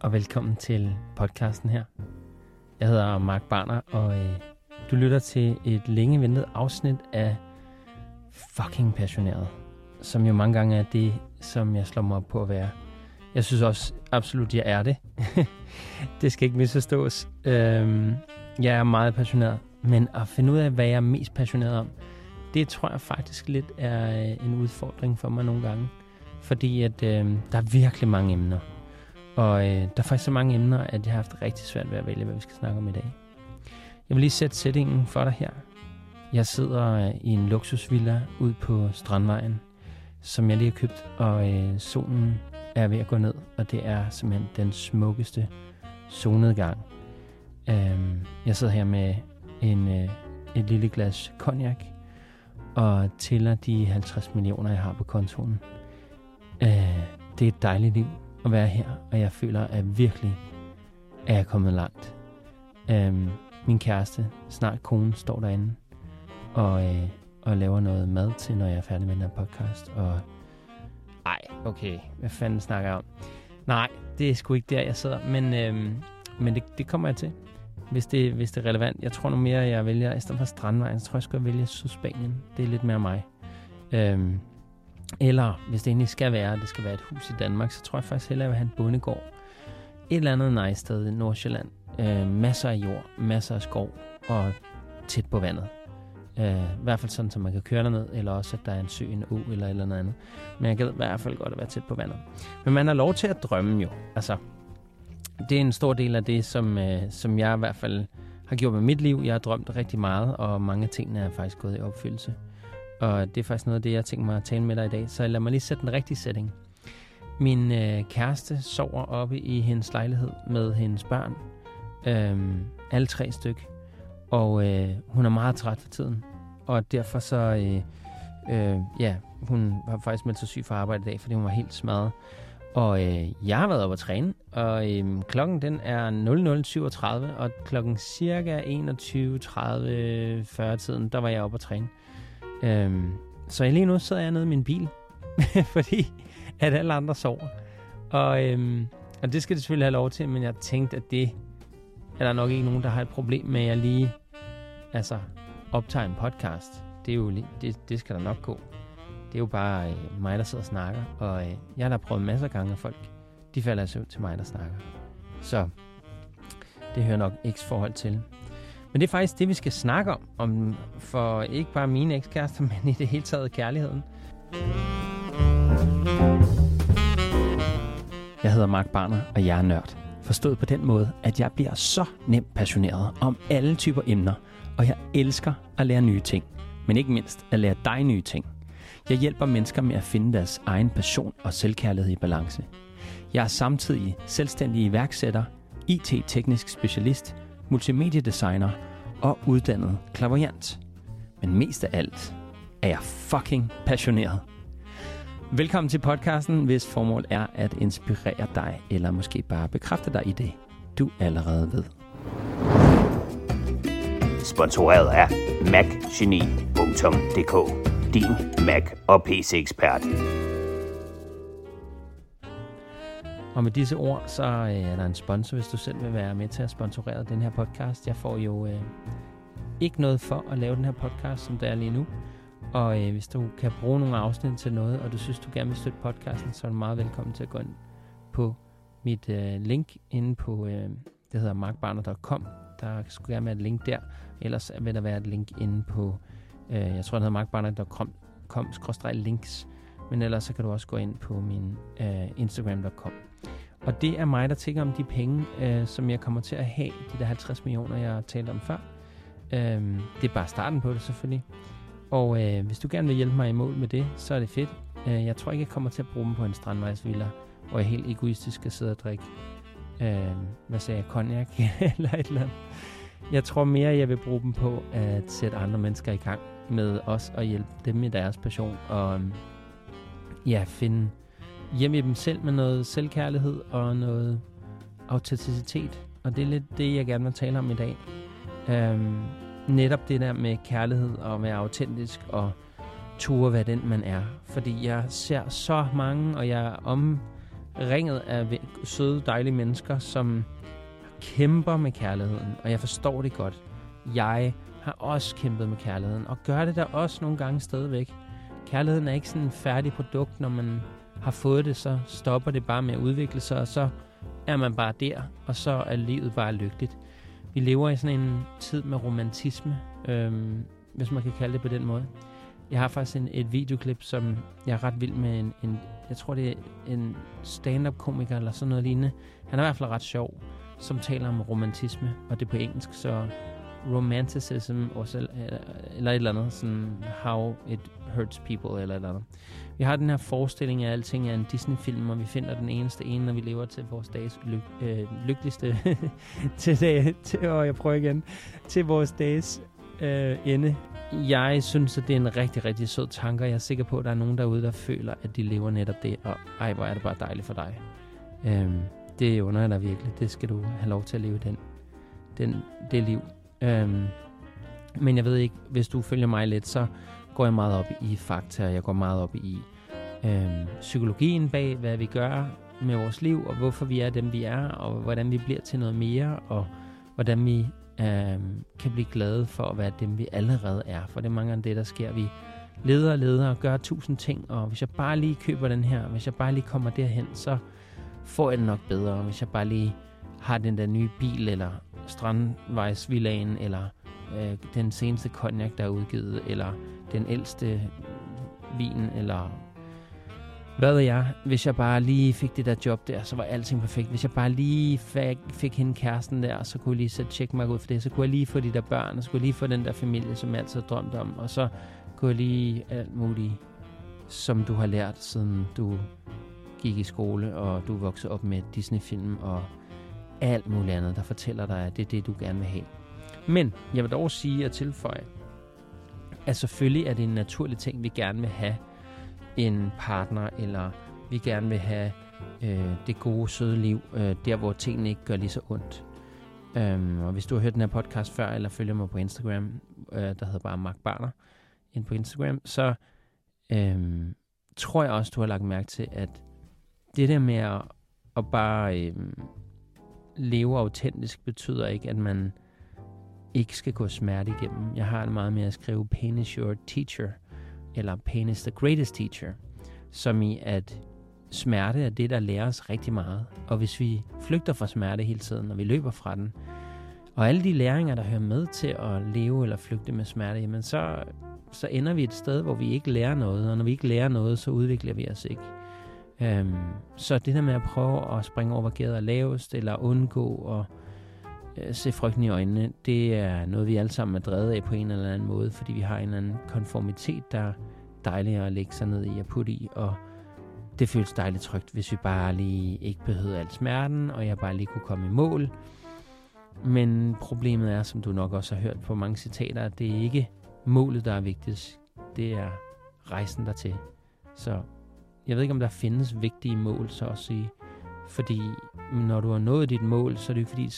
og velkommen til podcasten her. Jeg hedder Mark Barner, og du lytter til et længe ventet afsnit af Fucking Passioneret, som jo mange gange er det, som jeg slår mig op på at være. Jeg synes også absolut, jeg er det. Det skal ikke misforstås. Jeg er meget passioneret, men at finde ud af, hvad jeg er mest passioneret om, det tror jeg faktisk lidt er en udfordring for mig nogle gange. Fordi at, der er virkelig mange emner. Og der er faktisk så mange emner, at jeg har haft rigtig svært ved at vælge, hvad vi skal snakke om i dag. Jeg vil lige sætte settingen for dig her. Jeg sidder i en luksusvilla ude på Strandvejen, som jeg lige har købt, og solen er ved at gå ned, og det er simpelthen den smukkeste solnedgang. Jeg sidder her med et lille glas cognac, og tæller de 50 millioner, jeg har på kontoen. Det er et dejligt liv at være her, og jeg føler, at virkelig er jeg kommet langt. Min kæreste, snart kone, står derinde og laver noget mad til, når jeg er færdig med den her podcast. Og okay, hvad fanden snakker jeg om? Nej, det er sgu ikke der, jeg sidder, men det kommer jeg til, hvis det er relevant. Jeg tror nu mere, jeg vælger, i stedet for Strandvejen, så tror jeg, jeg vælge Sydspanien. Det er lidt mere mig. Eller hvis det egentlig skal være, det skal være et hus i Danmark, så tror jeg faktisk hellere, at jeg vil have en bondegård. Et eller andet nice sted i Nordsjælland. Masser af jord, masser af skov og tæt på vandet. I hvert fald sådan, så man kan køre derned, eller også, at der er en sø, en å eller noget andet. Men jeg gad i hvert fald godt at være tæt på vandet. Men man har lov til at drømme jo. Altså, det er en stor del af det, som jeg i hvert fald har gjort med mit liv. Jeg har drømt rigtig meget, og mange af tingene er faktisk gået i opfyldelse. Og det er faktisk noget af det, jeg tænker mig at tale med dig i dag. Så lad mig lige sætte den rigtige setting. Min kæreste sover oppe i hendes lejlighed med hendes børn. Alle 3 styk. Og hun er meget træt for tiden. Og derfor så, hun var faktisk meldt sig syg for arbejde i dag, fordi hun var helt smadret. Og jeg har været oppe at træne, og klokken den er 00:37, og klokken cirka 21:30 tiden, der var jeg oppe at træne. Så lige nu sidder jeg nede i min bil, fordi at alle andre sover. Og det skal det selvfølgelig have lov til, men jeg tænkte, at det er der nok ikke nogen, der har et problem med, at jeg lige optager en podcast. Det er jo det skal der nok gå. Det er jo bare mig, der sidder og snakker, og jeg har da prøvet masser af gange, at folk de falder i søvn til mig, der snakker. Så det hører nok eks-forhold til. Men det er faktisk det, vi skal snakke om for ikke bare mine ekskærester, men i det hele taget kærligheden. Jeg hedder Mark Barner, og jeg er nørd. Forstået på den måde, at jeg bliver så nemt passioneret om alle typer emner, og jeg elsker at lære nye ting, men ikke mindst at lære dig nye ting. Jeg hjælper mennesker med at finde deres egen passion og selvkærlighed i balance. Jeg er samtidig selvstændig iværksætter, IT-teknisk specialist, multimediedesigner og uddannet clairvoyant. Men mest af alt er jeg fucking passioneret. Velkommen til podcasten, hvis formål er at inspirere dig, eller måske bare bekræfte dig i det, du allerede ved. Sponsoreret af macgenie.dk, din Mac- og PC-ekspert. Og med disse ord, så er der en sponsor, hvis du selv vil være med til at sponsorere den her podcast. Jeg får jo ikke noget for at lave den her podcast, som det er lige nu. Og hvis du kan bruge nogle afsnit til noget, og du synes, du gerne vil støtte podcasten, så er du meget velkommen til at gå ind på mit link inde på, det hedder markbarner.com. Der skulle gerne være et link der. Ellers vil der være et link inde på, jeg tror, det hedder markbarner.com/links. Men ellers så kan du også gå ind på min Instagram.com. Og det er mig, der tænker om de penge, som jeg kommer til at have, de der 50 millioner, jeg talte om før. Det er bare starten på det selvfølgelig. Og hvis du gerne vil hjælpe mig i mål med det, så er det fedt. Jeg tror ikke, jeg kommer til at bruge dem på en strandvejsvilla, hvor jeg helt egoistisk skal sidde og drikke, cognac eller et eller andet. Jeg tror mere, jeg vil bruge dem på at sætte andre mennesker i gang med os og hjælpe dem i deres passion. Og finde hjem i dem selv med noget selvkærlighed og noget autenticitet. Og det er lidt det, jeg gerne vil tale om i dag. Netop det der med kærlighed og være autentisk og ture være den, man er. Fordi jeg ser så mange, og jeg er ringet af søde, dejlige mennesker, som kæmper med kærligheden, og jeg forstår det godt. Jeg har også kæmpet med kærligheden, og gør det der også nogle gange stadigvæk. Kærligheden er ikke sådan et færdigt produkt. Når man har fået det, så stopper det bare med at udvikle sig, og så er man bare der, og så er livet bare lykkeligt. Vi lever i sådan en tid med romantisme, hvis man kan kalde det på den måde. Jeg har faktisk et videoklip, som jeg er ret vild med en jeg tror det er en stand-up-komiker eller sådan noget lignende. Han er i hvert fald ret sjov, som taler om romantisme, og det er på engelsk, så romanticism også, eller et eller andet, sådan how it hurts people, eller et eller andet. Vi har den her forestilling af, at alting er en Disney-film, og vi finder den eneste ene, når vi lever til vores dages lykkeligste til vores dages ende. Jeg synes, at det er en rigtig, rigtig sød tanke, og jeg er sikker på, at der er nogen derude, der føler, at de lever netop det, og ej, hvor er det bare dejligt for dig. Det under jeg dig virkelig. Det skal du have lov til at leve det liv. Men jeg ved ikke, hvis du følger mig lidt, så går jeg meget op i fakta, og jeg går meget op i psykologien bag, hvad vi gør med vores liv, og hvorfor vi er dem, vi er, og hvordan vi bliver til noget mere, og hvordan vi kan blive glade for at være dem, vi allerede er. For det er mange gange det, der sker. Vi leder og gør 1000 ting, og hvis jeg bare lige køber den her, hvis jeg bare lige kommer derhen, så får jeg det nok bedre. Og hvis jeg bare lige har den der nye bil, eller Strandvejsvillagen, eller den seneste cognac, der er udgivet, eller den ældste vin, eller hvad ved jeg. Hvis jeg bare lige fik det der job der, så var alting perfekt. Hvis jeg bare lige fik hende kæresten der, så kunne jeg lige sætte checkmark ud for det. Så kunne jeg lige få de der børn, og så kunne jeg lige få den der familie, som jeg altid har drømt om. Og så kunne jeg lige alt muligt, som du har lært, siden du gik i skole, og du voksede op med Disney-film, og alt muligt andet, der fortæller dig, at det er det, du gerne vil have. Men jeg vil dog sige og tilføje, at selvfølgelig er det en naturlig ting, vi gerne vil have en partner, eller vi gerne vil have det gode, søde liv, der hvor tingene ikke gør lige så ondt. Og hvis du har hørt den her podcast før, eller følger mig på Instagram, der hedder bare Mark Barner, ind på Instagram, så tror jeg også, du har lagt mærke til, at det der med at bare leve autentisk, betyder ikke, at man ikke skal gå smerte igennem. Jeg har det meget med at skrive pain is your teacher, eller pain is the greatest teacher, som i at smerte er det, der lærer os rigtig meget. Og hvis vi flygter fra smerte hele tiden, og vi løber fra den, og alle de læringer, der hører med til at leve eller flygte med smerte, jamen så ender vi et sted, hvor vi ikke lærer noget, og når vi ikke lærer noget, så udvikler vi os ikke. Så det der med at prøve at springe over, hvad gader er lavest, eller undgå at se frygten i øjnene, det er noget, vi alle sammen er drevet af på en eller anden måde, fordi vi har en eller anden konformitet, der er dejlig at lægge sig ned i og putte i, og det føles dejligt trygt, hvis vi bare lige ikke behøvede al smerten, og jeg bare lige kunne komme i mål. Men problemet er, som du nok også har hørt på mange citater, at det er ikke målet, der er vigtigst. Det er rejsen dertil. Så jeg ved ikke, om der findes vigtige mål, så at sige. Fordi når du har nået dit mål, så er det jo fordi,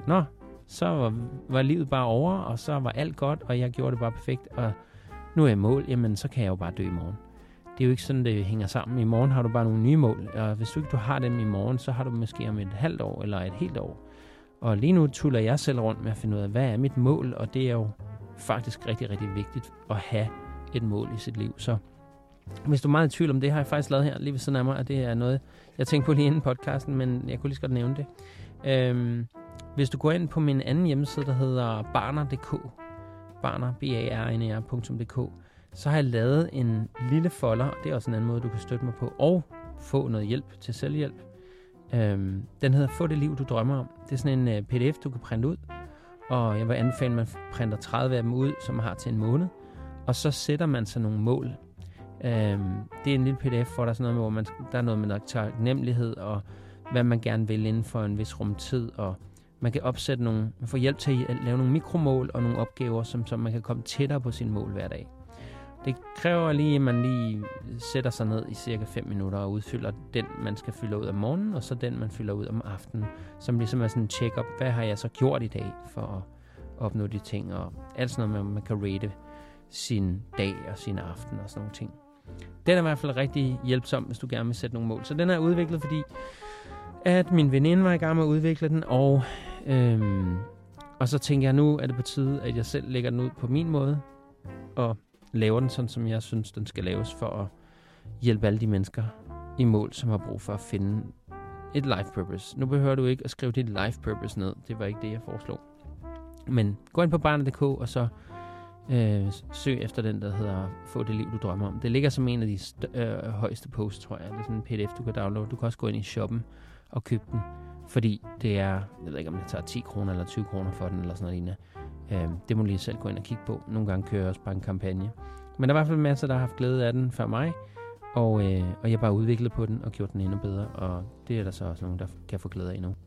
så var livet bare over, og så var alt godt, og jeg gjorde det bare perfekt, og nu er jeg i mål, jamen så kan jeg jo bare dø i morgen. Det er jo ikke sådan, det hænger sammen. I morgen har du bare nogle nye mål, og hvis du ikke har dem i morgen, så har du måske om et halvt år eller et helt år. Og lige nu tuller jeg selv rundt med at finde ud af, hvad er mit mål, og det er jo faktisk rigtig, rigtig vigtigt at have et mål i sit liv. Så hvis du er meget i tvivl om det, har jeg faktisk lavet her lige ved siden af mig, og det er noget, jeg tænkte på lige inden podcasten, men jeg kunne lige så godt nævne det. Hvis du går ind på min anden hjemmeside, der hedder barner.dk, barner.dk, så har jeg lavet en lille folder, og det er også en anden måde, du kan støtte mig på, og få noget hjælp til selvhjælp. Den hedder Få det liv, du drømmer om. Det er sådan en pdf, du kan printe ud, og jeg vil anbefale, at man printer 30 af dem ud, som man har til en måned, og så sætter man sig nogle mål. Det er en lille pdf, hvor der er sådan noget med, hvor der er noget med taknemmelighed, og hvad man gerne vil inden for en vis rumtid, og man kan opsætte man får hjælp til at lave nogle mikromål og nogle opgaver, som man kan komme tættere på sine mål hver dag. Det kræver lige, at man lige sætter sig ned i cirka 5 minutter og udfylder den, man skal fylde ud om morgenen, og så den, man fylder ud om aftenen, som ligesom er sådan en check-up. Hvad har jeg så gjort i dag for at opnå de ting, og alt sådan noget, man kan rate sin dag og sin aften og sådan nogle ting. den er i hvert fald rigtig hjælpsom, hvis du gerne vil sætte nogle mål. Så den er udviklet, fordi at min veninde var i gang med at udvikle den, og så tænker jeg, nu er det på tide, at jeg selv lægger den ud på min måde, og laver den sådan, som jeg synes, den skal laves, for at hjælpe alle de mennesker i mål, som har brug for at finde et life purpose. Nu behøver du ikke at skrive dit life purpose ned. Det var ikke det, jeg foreslog. Men gå ind på barnet.dk, og så søg efter den, der hedder Få det liv, du drømmer om. Det ligger som en af de højeste posts, tror jeg. Det er sådan en pdf, du kan downloade. Du kan også gå ind i shoppen og købe den, fordi det er, jeg ved ikke, om det tager 10 kroner eller 20 kroner for den, eller sådan noget lignende. Det må du lige selv gå ind og kigge på. Nogle gange kører jeg også bare en kampagne. Men der er i hvert fald masser, der har haft glæde af den før mig, og jeg har bare udviklet på den og gjort den endnu bedre, og det er der så også nogen, der kan få glæde af nu.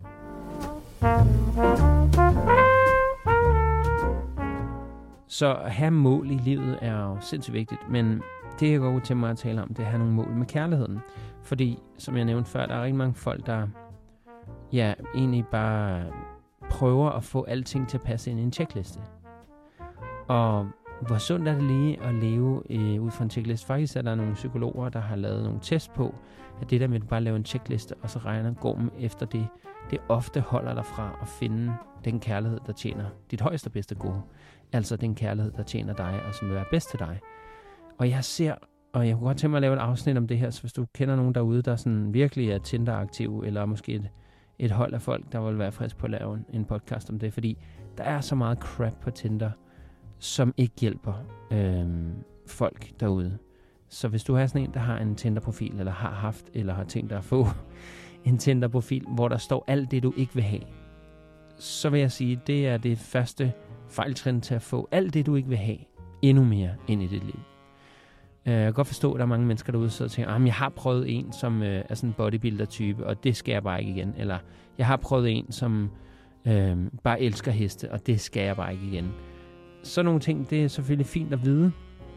Så at have mål i livet er jo sindssygt vigtigt, men det jeg går til mig at tale om, det er at have nogle mål med kærligheden. Fordi, som jeg nævnte før, der er rigtig mange folk, der egentlig bare prøver at få alting til at passe ind i en checkliste. Og hvor sundt er det lige at leve ud fra en checkliste? Faktisk er der nogle psykologer, der har lavet nogle tests på, at det der med at bare lave en checkliste, og så går man efter det, det ofte holder dig fra at finde den kærlighed, der tjener dit højeste og bedste gode. Altså den kærlighed, der tjener dig, og som vil være bedst til dig. Og jeg kunne godt tænke mig at lave et afsnit om det her, så hvis du kender nogen derude, der sådan virkelig er Tinder-aktiv, eller måske et hold af folk, der vil være frisk på at lave en podcast om det, fordi der er så meget crap på Tinder, som ikke hjælper folk derude. Så hvis du har sådan en, der har en Tinder-profil, eller har haft, eller har tænkt dig at få en Tinder-profil, hvor der står alt det, du ikke vil have, så vil jeg sige, det er det første fejltrin til at få alt det, du ikke vil have, endnu mere ind i dit liv. Jeg kan godt forstå, at der er mange mennesker derude, der tænker, jeg har prøvet en, som er sådan en bodybuilder-type, og det skal jeg bare ikke igen. Eller jeg har prøvet en, som bare elsker heste, og det skal jeg bare ikke igen. Sådan nogle ting, det er selvfølgelig fint at vide,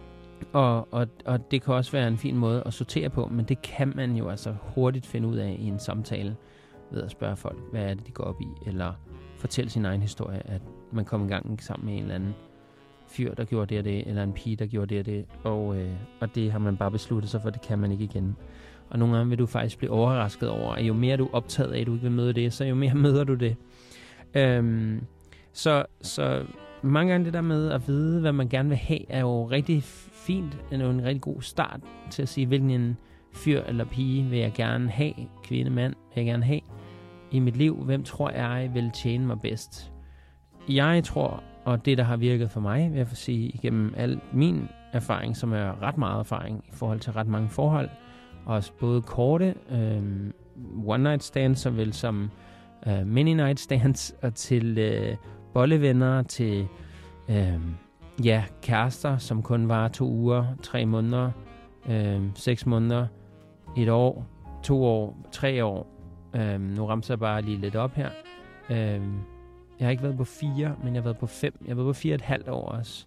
og det kan også være en fin måde at sortere på, men det kan man jo altså hurtigt finde ud af i en samtale, ved at spørge folk, hvad er det, de går op i, eller fortælle sin egen historie, at man kom i gang sammen med en eller anden fyr, der gjorde det og det, eller en pige, der gjorde det og det, og det har man bare besluttet sig for, det kan man ikke igen. Og nogle gange vil du faktisk blive overrasket over, at jo mere du er optaget af, at du ikke vil møde det, så jo mere møder du det. Så mange gange det der med at vide, hvad man gerne vil have, er jo rigtig fint, er jo en rigtig god start til at sige, hvilken fyr eller pige vil jeg gerne have, kvinde, mand, vil jeg gerne have i mit liv, hvem tror jeg vil tjene mig bedst. Jeg tror, og det der har virket for mig, vil jeg sige, igennem al min erfaring, som er ret meget erfaring i forhold til ret mange forhold, også både korte one night stands, såvel som mini night stands, og til bollevenner, til kærester, som kun var 2 uger, 3 måneder, 6 måneder, 1 år, 2 år, 3 år. Nu ramser jeg bare lige lidt op her. Jeg har ikke været på 4, men jeg har været på 5. Jeg har været på 4,5 år også.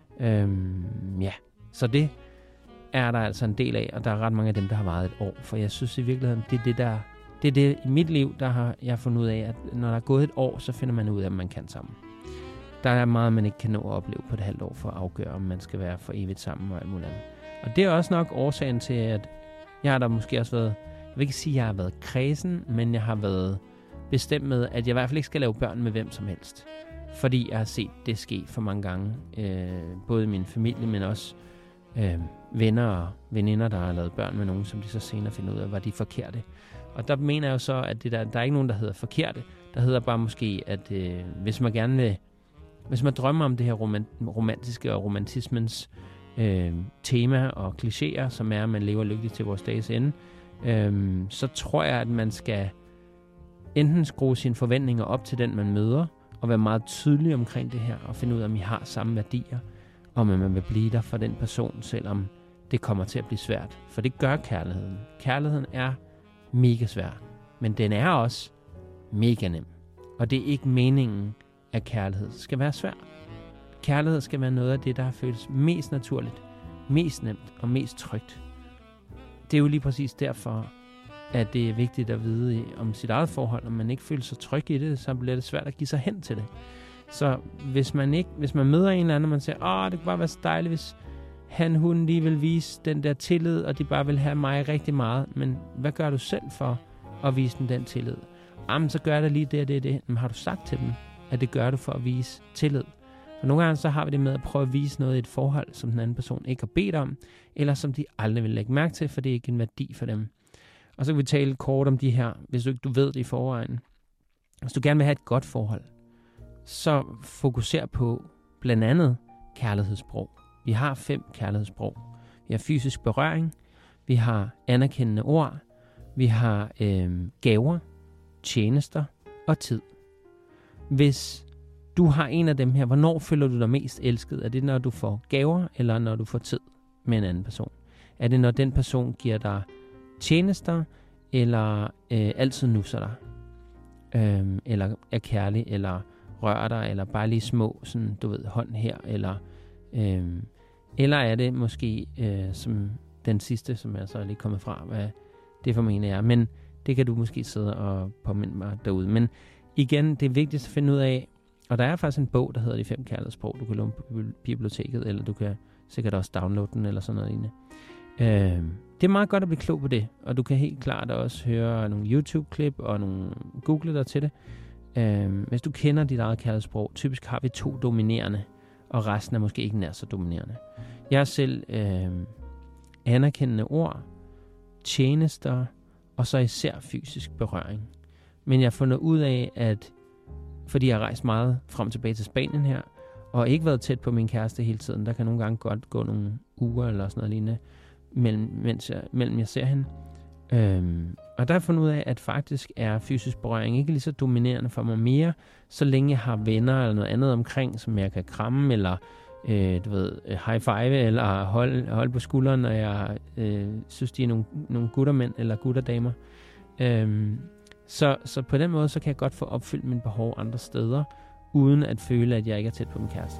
Så det er der altså en del af, og der er ret mange af dem, der har varet 1 år. For jeg synes i virkeligheden, det er det i mit liv, der har jeg fundet ud af, at når der er gået 1 år, så finder man ud af, at man kan sammen. Der er meget, man ikke kan nå at opleve på et halvt år for at afgøre, om man skal være for evigt sammen og alt muligt andet. Og det er også nok årsagen til, at jeg har der måske også været, jeg vil ikke sige, at jeg har været kredsen, men jeg har været bestemt med, at jeg i hvert fald ikke skal lave børn med hvem som helst. Fordi jeg har set det ske for mange gange. Både i min familie, men også venner og veninder, der har lavet børn med nogen, som de så senere finder ud af, var de forkerte. Og der mener jeg jo så, at der er ikke nogen, der hedder forkerte. Der hedder bare måske, at hvis man drømmer om det her romantiske og romantismens tema og klichéer, som er, at man lever lykkeligt til vores dages ende, så tror jeg, at man skal enten skrue sine forventninger op til den, man møder, og være meget tydelig omkring det her, og finde ud af, om I har samme værdier, om at man vil blive der for den person, selvom det kommer til at blive svært. For det gør kærligheden. Kærligheden er mega svær, men den er også mega nem. Og det er ikke meningen, at kærlighed skal være svær. Kærlighed skal være noget af det, der har føles mest naturligt, mest nemt og mest trygt. Det er jo lige præcis derfor, at det er vigtigt at vide om sit eget forhold, om man ikke føler sig tryg i det, så bliver det svært at give sig hen til det. Så hvis man møder en eller anden, og man siger, det kunne bare være så dejligt, hvis hun lige vil vise den der tillid, og de bare vil have mig rigtig meget. Men hvad gør du selv for at vise den tillid? Jamen, så gør det lige det. Men har du sagt til dem, at det gør du for at vise tillid? For nogle gange så har vi det med at prøve at vise noget i et forhold, som den anden person ikke har bedt om, eller som de aldrig vil lægge mærke til, for det er ikke en værdi for dem. Og så kan vi tale kort om de her, hvis du ikke ved det i forvejen. Hvis du gerne vil have et godt forhold, så fokuser på blandt andet kærlighedssprog. Vi har 5 kærlighedssprog. Vi har fysisk berøring, vi har anerkendende ord, vi har gaver, tjenester og tid. Hvis du har en af dem her, hvornår føler du dig mest elsket? Er det, når du får gaver, eller når du får tid med en anden person? Er det, når den person giver dig tjenester, eller altid nusser dig? Eller er kærlig, eller rører dig, eller bare lige små, sådan, du ved, hånd her, eller er det måske som den sidste, som jeg så er lige kommet fra, hvad det formentlig er. Men det kan du måske sidde og påminde mig derude. Men igen, det er vigtigt at finde ud af, og der er faktisk en bog, der hedder De 5 kærlighedssprog, du kan låne på biblioteket, eller du kan sikkert også downloade den, eller sådan noget lignende. Det er meget godt at blive klog på det, og du kan helt klart også høre nogle YouTube-klip og nogle google dig til det. Hvis du kender dit eget kærlighedssprog, typisk har vi 2 dominerende, og resten er måske ikke nær så dominerende. Jeg har selv anerkendende ord, tjenester, og så især fysisk berøring. Men jeg har fundet ud af, at fordi jeg har rejst meget frem og tilbage til Spanien her, og ikke været tæt på min kæreste hele tiden, der kan nogle gange godt gå nogle uger eller sådan noget lignende, mellem jeg ser hende. Og der har jeg fundet ud af, at faktisk er fysisk berøring ikke lige så dominerende for mig mere, så længe jeg har venner eller noget andet omkring, som jeg kan kramme, eller high five, eller holde på skulderen, når jeg synes, de er nogle guttermænd eller gutterdamer. Så på den måde, så kan jeg godt få opfyldt mine behov andre steder, uden at føle, at jeg ikke er tæt på min kæreste.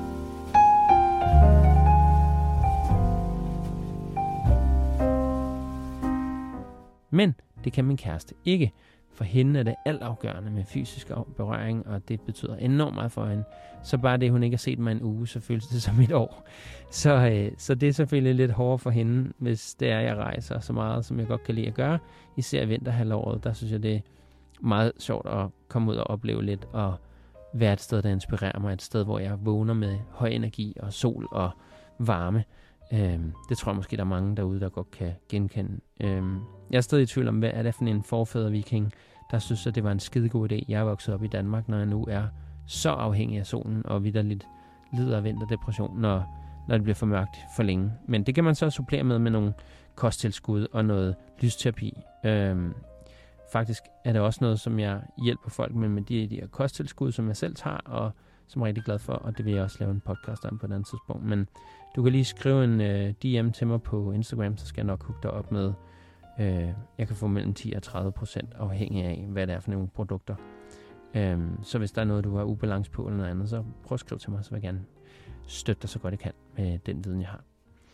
Men det kan min kæreste ikke. For hende er det altafgørende med fysisk berøring, og det betyder enormt meget for hende. Så bare det, hun ikke har set mig en uge, så føles det som et år. Så det er selvfølgelig lidt hårdere for hende, hvis det er, jeg rejser så meget, som jeg godt kan lide at gøre. Især i vinterhalvåret, der synes jeg, det er meget sjovt at komme ud og opleve lidt, og være et sted, der inspirerer mig. Et sted, hvor jeg vågner med høj energi og sol og varme. Det tror jeg måske, der er mange derude, der godt kan genkende. Jeg er stadig i tvivl om, hvad er det for en forfædre-viking, der synes, at det var en skidegod idé. Jeg er vokset op i Danmark, når jeg nu er så afhængig af solen, og vitterligt lider af vinterdepression, når det bliver for mørkt for længe. Men det kan man så supplere med nogle kosttilskud og noget lysterapi. Faktisk er det også noget, som jeg hjælper folk med de her kosttilskud, som jeg selv tager, og som jeg er rigtig glad for, og det vil jeg også lave en podcast om på et andet tidspunkt. Men du kan lige skrive en DM til mig på Instagram, så skal jeg nok hooke dig op med, jeg kan få mellem 10 og 30% afhængig af, hvad det er for nogle produkter. Så hvis der er noget, du har ubalance på eller noget andet, så prøv at skrive til mig, så vil jeg gerne støtte dig så godt jeg kan med den viden, jeg har.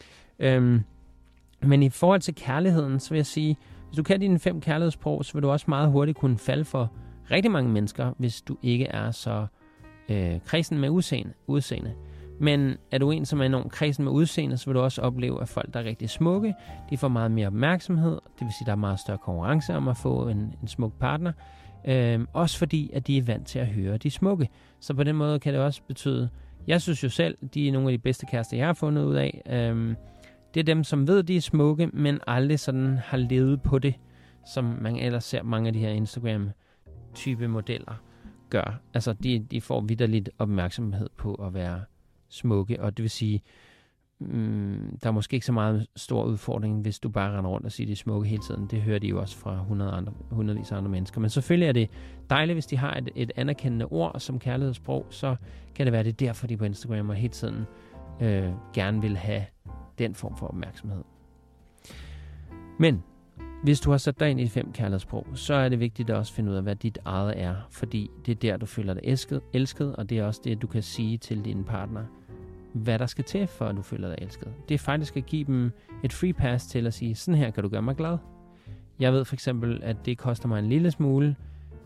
Men i forhold til kærligheden, så vil jeg sige, hvis du kan dine 5 kærlighedssprog, så vil du også meget hurtigt kunne falde for rigtig mange mennesker, hvis du ikke er så kredsen med udseende. Men er du en, som er enormt kredsen med udseende, så vil du også opleve, at folk, der er rigtig smukke, de får meget mere opmærksomhed. Det vil sige, at der er meget større konkurrence om at få en smuk partner. Også fordi, at de er vant til at høre de smukke. Så på den måde kan det også betyde, jeg synes jo selv, de er nogle af de bedste kærester, jeg har fundet ud af. Det er dem, som ved, de er smukke, men aldrig sådan har levet på det, som man ellers ser mange af de her Instagram-type modeller gør. Altså, de får vitterligt opmærksomhed på at være smukke, og det vil sige, der er måske ikke så meget stor udfordring, hvis du bare render rundt og siger, de er smukke hele tiden. Det hører de jo også fra hundredvis af andre mennesker. Men selvfølgelig er det dejligt, hvis de har et anerkendende ord som kærlighedssprog, så kan det være, det er derfor, de på Instagram og hele tiden gerne vil have den form for opmærksomhed. Men hvis du har sat dig ind i 5 kærlighedssprog, så er det vigtigt at også finde ud af, hvad dit eget er, fordi det er der, du føler dig elsket, og det er også det, du kan sige til din partner, hvad der skal til, for at du føler dig elsket. Det er faktisk at give dem et free pass til at sige, sådan her kan du gøre mig glad. Jeg ved for eksempel, at det koster mig en lille smule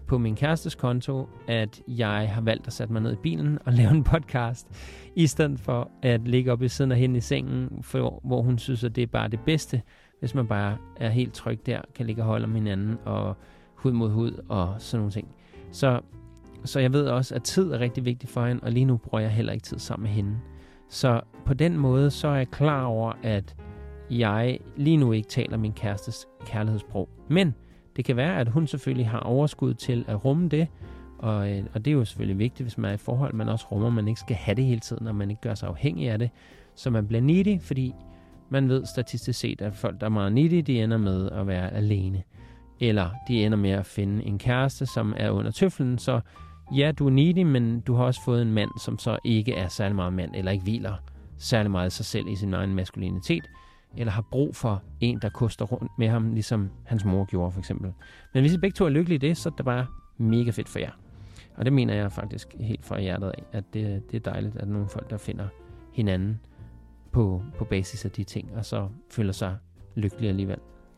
på min kærestes konto, at jeg har valgt at sætte mig ned i bilen og lave en podcast, i stedet for at ligge op i siden af hende i sengen, hvor hun synes, at det er bare det bedste, hvis man bare er helt tryg der, kan ligge og holde om hinanden og hud mod hud og sådan nogle ting. Så jeg ved også, at tid er rigtig vigtigt for hende, og lige nu bruger jeg heller ikke tid sammen med hende. Så på den måde, så er jeg klar over, at jeg lige nu ikke taler min kærestes kærlighedssprog. Men det kan være, at hun selvfølgelig har overskud til at rumme det, og det er jo selvfølgelig vigtigt, hvis man er i forhold, man også rummer, man ikke skal have det hele tiden, og man ikke gør sig afhængig af det, så man bliver needy, fordi man ved statistisk set, at folk, der er meget needy, de ender med at være alene. Eller de ender med at finde en kæreste, som er under tøflen, så ja, du er needy, men du har også fået en mand, som så ikke er særlig meget mand, eller ikke hviler særlig meget sig selv i sin egen maskulinitet, eller har brug for en, der koster rundt med ham, ligesom hans mor gjorde for eksempel. Men hvis I begge to er lykkelige i det, så er det bare mega fedt for jer. Og det mener jeg faktisk helt fra hjertet af, at det er dejligt, at nogle folk, der finder hinanden på basis af de ting, og så føler sig lykkelige alligevel.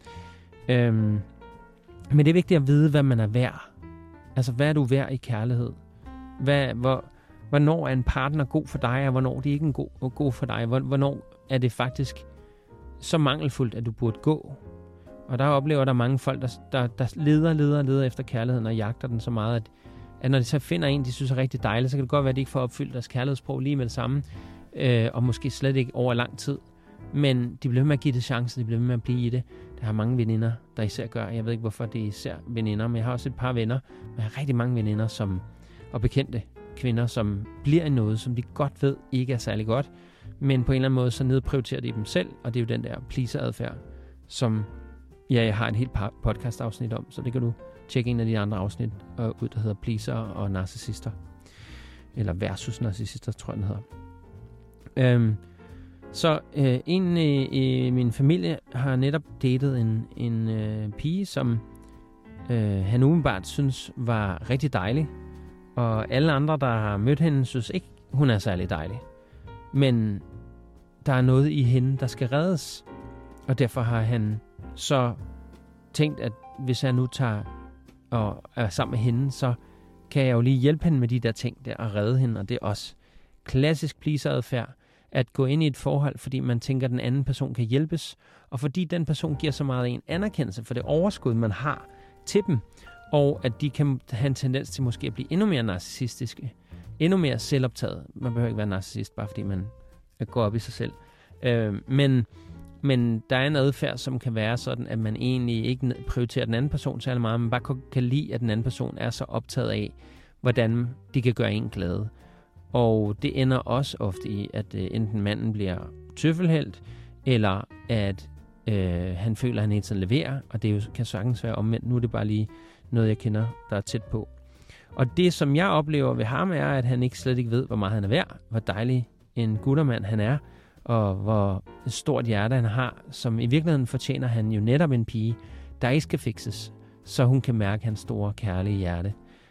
Men det er vigtigt at vide, hvad man er værd. Altså, hvad er du værd i kærlighed? Hvornår er en partner god for dig, og hvornår er de ikke god for dig? Hvornår er det faktisk så mangelfuldt, at du burde gå? Og der oplever der mange folk, der leder efter kærligheden og jagter den så meget, at når de så finder en, de synes er rigtig dejligt, så kan det godt være, at de ikke får opfyldt deres kærlighedssprog lige med det samme, og måske slet ikke over lang tid. Men de bliver med at give det chance, de bliver med at blive i det. Der har mange veninder, der især gør. Jeg ved ikke, hvorfor det er især veninder, men jeg har også et par venner. Men jeg har rigtig mange veninder og bekendte kvinder, som bliver i noget, som de godt ved ikke er særlig godt. Men på en eller anden måde, så nedprioriterer de dem selv, og det er jo den der pleaser-adfærd, som jeg har et helt podcast-afsnit om, så det kan du tjekke en af de andre afsnit ud, der hedder Pleaser og Narcissister. Eller versus Narcissister, tror jeg, den hedder. Så en i min familie har netop datet en pige, som han umiddelbart synes var rigtig dejlig. Og alle andre, der har mødt hende, synes ikke, hun er særlig dejlig. Men der er noget i hende, der skal reddes. Og derfor har han så tænkt, at hvis jeg nu tager og er sammen med hende, så kan jeg jo lige hjælpe hende med de der ting der og redde hende. Og det er også klassisk pleaser-adfærd, at gå ind i et forhold, fordi man tænker, at den anden person kan hjælpes, og fordi den person giver så meget en anerkendelse for det overskud, man har til dem, og at de kan have en tendens til måske at blive endnu mere narcissistiske, endnu mere selvoptaget. Man behøver ikke være narcissist, bare fordi man går op i sig selv. Men der er en adfærd, som kan være sådan, at man egentlig ikke prioriterer den anden person særlig meget, men bare kan lide, at den anden person er så optaget af, hvordan de kan gøre en glade. Og det ender også ofte i, at enten manden bliver tøffelhelt, eller at han føler, at han hele tiden leverer, og det jo kan sagtens være omvendt. Nu er det bare lige noget, jeg kender, der er tæt på. Og det, som jeg oplever ved ham, er, at han slet ikke ved, hvor meget han er værd, hvor dejlig en guttermand han er, og hvor stort hjerte han har, som i virkeligheden fortjener han jo netop en pige, der ikke skal fikses, så hun kan mærke hans store, kærlige hjerte.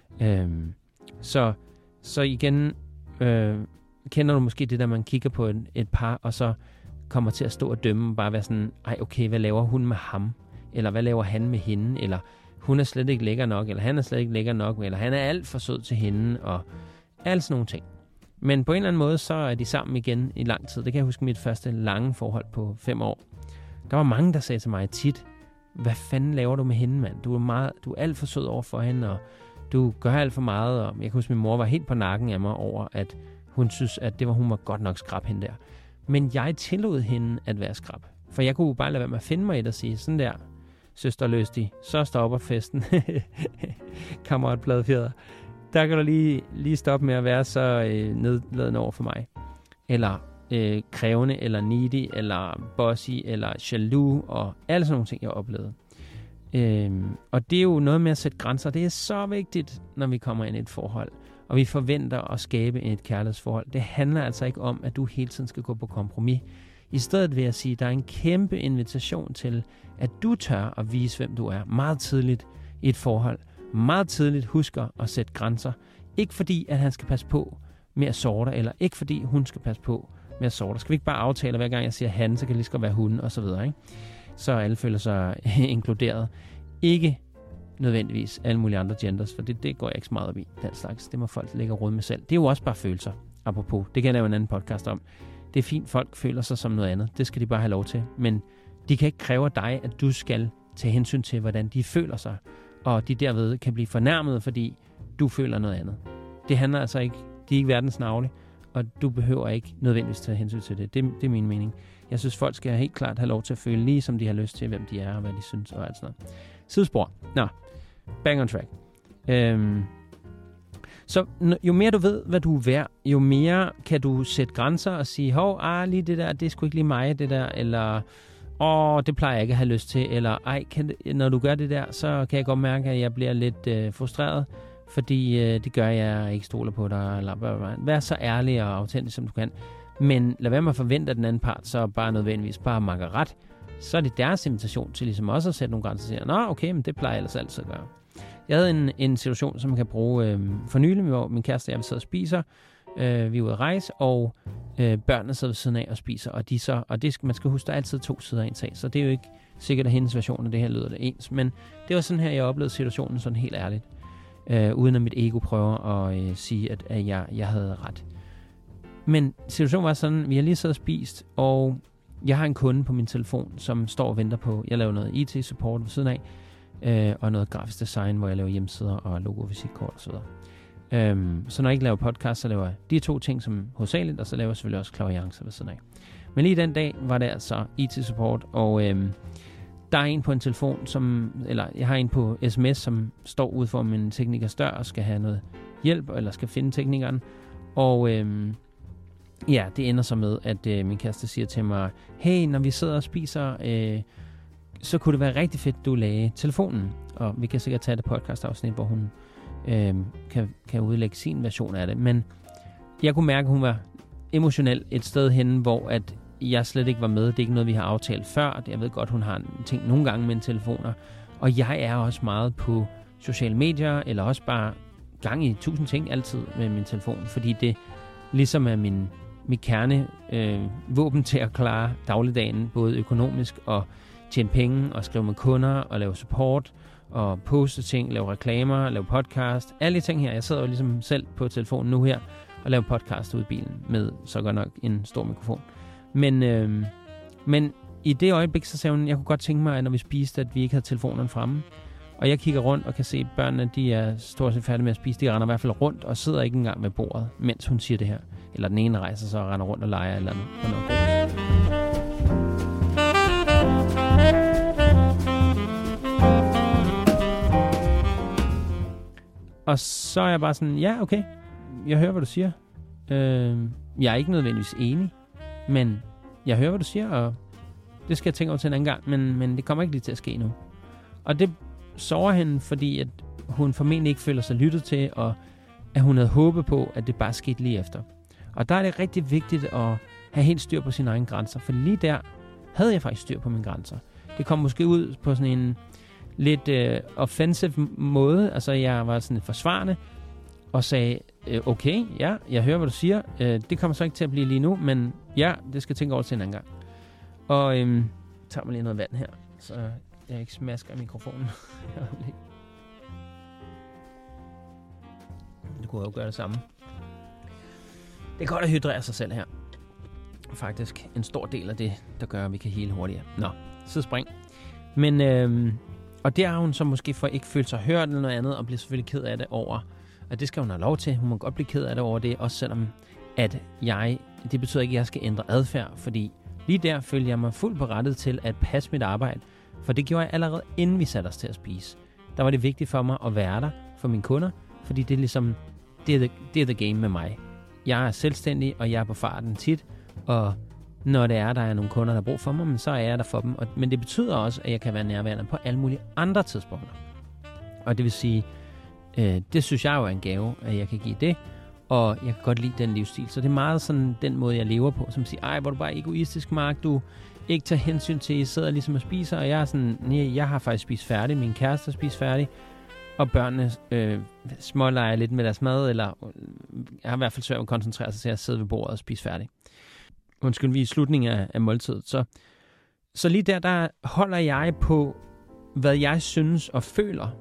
Så igen, kender du måske det, der man kigger på et par, og så kommer til at stå og dømme, og bare være sådan, ej okay, hvad laver hun med ham? Eller hvad laver han med hende? Eller hun er slet ikke lækker nok, eller han er slet ikke lækker nok, eller han er alt for sød til hende, og alt sådan nogle ting. Men på en eller anden måde, så er de sammen igen i lang tid. Det kan jeg huske mit første lange forhold på 5 år. Der var mange, der sagde til mig tit, hvad fanden laver du med hende, mand? Du er alt for sød over for hende, og du gør alt for meget. Og jeg kan huske, min mor var helt på nakken af mig over, at hun synes, at hun var godt nok skrab hende der. Men jeg tillod hende at være skrab. For jeg kunne bare lade være med at finde mig i det og sige, sådan der, søster Løstig, så stopper festen. Kammerat Bladfjeder. Der kan du lige stoppe med at være så nedladende over for mig. Eller krævende, eller needy, eller bossy, eller jaloux, og alle sådan nogle ting, jeg oplevede. Og det er jo noget med at sætte grænser. Det er så vigtigt, når vi kommer ind i et forhold, og vi forventer at skabe et kærlighedsforhold. Det handler altså ikke om, at du hele tiden skal gå på kompromis. I stedet vil jeg sige, at der er en kæmpe invitation til, at du tør at vise, hvem du er meget tidligt i et forhold. Meget tidligt husker at sætte grænser. Ikke fordi, at han skal passe på med at såre dig, eller ikke fordi hun skal passe på med at såre dig. Skal vi ikke bare aftale, hver gang jeg siger han, så kan det lige så godt være hun, og så videre, ikke? Så alle føler sig inkluderet. Ikke nødvendigvis alle mulige andre genders, for det går jeg ikke så meget op i, den slags. Det må folk lægge råd med selv. Det er jo også bare følelser, apropos. Det kan jeg lave en anden podcast om. Det er fint, folk føler sig som noget andet. Det skal de bare have lov til. Men de kan ikke kræve af dig, at du skal tage hensyn til, hvordan de føler sig. Og de derved kan blive fornærmet, fordi du føler noget andet. Det handler altså ikke, de er ikke verdens navle, og du behøver ikke nødvendigvis tage hensyn til det. Det er min mening. Jeg synes, folk skal helt klart have lov til at føle lige, som de har lyst til, hvem de er og hvad de synes og alt sådan noget. Sidespor. Nå, bang on track. Så jo mere du ved, hvad du er værd, jo mere kan du sætte grænser og sige, lige det der, det er sgu ikke lige mig, det der, eller det plejer jeg ikke at have lyst til, eller når du gør det der, så kan jeg godt mærke, at jeg bliver lidt frustreret, fordi det gør, at jeg ikke stoler på dig, eller vær så ærlig og autentisk, som du kan. Men lad være med at forvente, at den anden part så bare nødvendigvis bare makker ret. Så er det deres invitation til ligesom også at sætte nogle grænser og sige, okay, men det plejer jeg ellers altid at gøre. Jeg havde en situation, som man kan bruge for nylig, hvor min kæreste og jeg sidder og spiser. Vi er ude at rejse, og børnene sidder ved siden af og spiser. Og man skal huske, der er altid 2 sider af en sag, så det er jo ikke sikkert, at hendes version af det her lyder det ens. Men det var sådan her, jeg oplevede situationen sådan helt ærligt. Uden at mit ego prøver at sige, at jeg havde ret. Men situationen var sådan, vi har lige siddet og spist, og jeg har en kunde på min telefon, som står og venter på, jeg laver noget IT-support ved siden af, og noget grafisk design, hvor jeg laver hjemmesider og logo, visitkort og så videre. Så når jeg ikke laver podcast, så laver jeg de 2 ting som hovedsageligt, og så laver jeg selvfølgelig også klaviancer ved siden af. Men lige den dag var det altså IT-support, og der er en på en telefon, jeg har en på sms, som står ude for min teknikers dør og skal have noget hjælp, eller skal finde teknikeren. Og det ender så med, at min kæreste siger til mig, hey, når vi sidder og spiser, så kunne det være rigtig fedt, du lagde telefonen. Og vi kan sikkert tage det podcast-afsnit, hvor hun kan udlægge sin version af det. Men jeg kunne mærke, at hun var emotionelt et sted henne, hvor at jeg slet ikke var med. Det er ikke noget, vi har aftalt før. Jeg ved godt, hun har en ting nogle gange med telefoner. Og jeg er også meget på sociale medier, eller også bare gang i 1000 ting altid med min telefon. Fordi det ligesom er mit kerne våben til at klare dagligdagen, både økonomisk og tjene penge, og skrive med kunder, og lave support, og poste ting, lave reklamer, lave podcast. Alle de ting her. Jeg sidder jo ligesom selv på telefonen nu her, og laver podcast ude i bilen, med så godt nok en stor mikrofon. Men i det øjeblik, så sagde hun, jeg kunne godt tænke mig, at når vi spiste, at vi ikke havde telefonerne fremme. Og jeg kigger rundt og kan se, at børnene, de er stort set færdige med at spise. De render i hvert fald rundt og sidder ikke engang ved bordet, mens hun siger det her. Eller den ene rejser så og render rundt og leger eller noget. Og så er jeg bare sådan, ja, okay, jeg hører, hvad du siger. Jeg er ikke nødvendigvis enig, men jeg hører, hvad du siger, og det skal jeg tænke over til en anden gang, men det kommer ikke lige til at ske nu. Og det sårer hende, fordi at hun formentlig ikke føler sig lyttet til, og at hun havde håbet på, at det bare skete lige efter. Og der er det rigtig vigtigt at have helt styr på sine egne grænser, for lige der havde jeg faktisk styr på mine grænser. Det kom måske ud på sådan en lidt offensive måde, altså jeg var sådan forsvarende, og sagde, okay, ja, jeg hører, hvad du siger, det kommer så ikke til at blive lige nu, men ja, det skal jeg tænke over til en anden gang. Og tager mig lige noget vand her, så jeg ikke smasker mikrofonen. Det kunne jo gøre det samme. Det er godt at hydrere sig selv her. Faktisk en stor del af det, der gør, at vi kan hele hurtigere. Nå, sidespring. Men, og der har hun så måske for ikke følt sig hørt eller noget andet, og bliver selvfølgelig ked af det over, og det skal hun have lov til. Hun må godt blive ked af det over det, også selvom at det betyder ikke, at jeg skal ændre adfærd, fordi lige der følte jeg mig fuldt berettet til at passe mit arbejde, for det gjorde jeg allerede inden vi satte os til at spise. Der var det vigtigt for mig at være der for mine kunder, fordi det er ligesom, det er the game med mig. Jeg er selvstændig, og jeg er på farten tit, og når der er nogle kunder, der har brug for mig, så er jeg der for dem. Men det betyder også, at jeg kan være nærværende på alle mulige andre tidspunkter. Og det vil sige, det synes jeg jo er en gave, at jeg kan give det, og jeg kan godt lide den livsstil. Så det er meget sådan den måde, jeg lever på, som siger, hvor du bare egoistisk, Mark, du ikke tager hensyn til, at I sidder ligesom og spiser, og jeg er sådan, jeg har faktisk spist færdig, min kæreste har spist færdig, og børnene småleger lidt med deres mad, eller jeg har i hvert fald svært at koncentrere sig til at sidde ved bordet og spise færdig. Undskyld, vi er i slutningen af måltidet. Så lige der holder jeg på, hvad jeg synes og føler,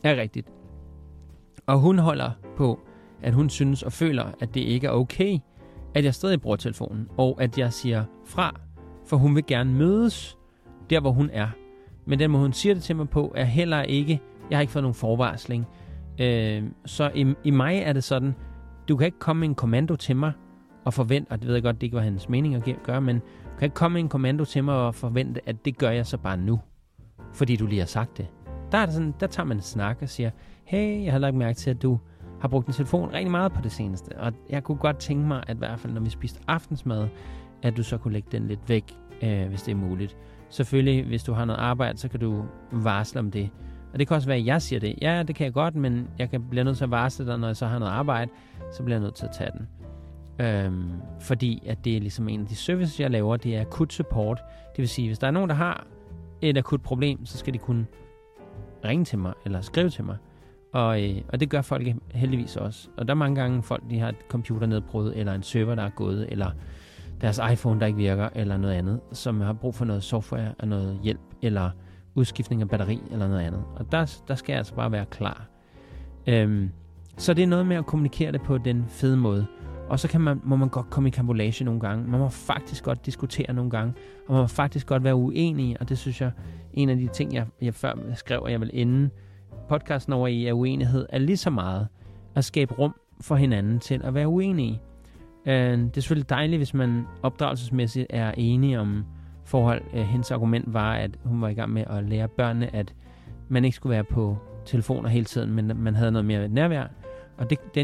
er rigtigt. Og hun holder på, at hun synes og føler, at det ikke er okay, at jeg stadig bruger telefonen, og at jeg siger fra, for hun vil gerne mødes der, hvor hun er. Men den måde, hun siger det til mig på, er heller ikke, jeg har ikke fået nogen forvarsling. Så i mig er det sådan, du kan ikke komme med en kommando til mig og forvente, og det ved jeg godt, det ikke var hans mening at gøre, men du kan ikke komme med en kommando til mig og forvente, at det gør jeg så bare nu, fordi du lige har sagt det. Der tager man en snak og siger, hey, jeg har lagt mærke til, at du har brugt din telefon rigtig meget på det seneste, og jeg kunne godt tænke mig, at i hvert fald, når vi spiste aftensmad, at du så kunne lægge den lidt væk, hvis det er muligt. Selvfølgelig, hvis du har noget arbejde, så kan du varsle om det. Og det kan også være, at jeg siger det. Ja, det kan jeg godt, men jeg bliver nødt til at varsle dig, når jeg så har noget arbejde, så bliver jeg nødt til at tage den. Fordi at det er ligesom en af de services, jeg laver, det er akut support. Det vil sige, hvis der er nogen, der har et akut problem, så skal de kunne ringe til mig, eller skrive til mig. Og det gør folk heldigvis også. Og der er mange gange folk, de har et computernedbrud, eller en server, der er gået, eller deres iPhone, der ikke virker, eller noget andet, som har brug for noget software, og noget hjælp, eller udskiftning af batteri, eller noget andet. Og der skal jeg altså bare være klar. Så det er noget med at kommunikere det på den fede måde. Og så må man godt komme i kampolage nogle gange. Man må faktisk godt diskutere nogle gange. Og man må faktisk godt være uenig. Og det synes jeg, en af de ting, jeg før skrev, at jeg vil ende podcasten over i, er uenighed, er lige så meget at skabe rum for hinanden til at være uenige. Det er selvfølgelig dejligt, hvis man opdragelsesmæssigt er enige om forhold. Hendes argument var, at hun var i gang med at lære børnene, at man ikke skulle være på telefoner hele tiden, men man havde noget mere nærvær. Og den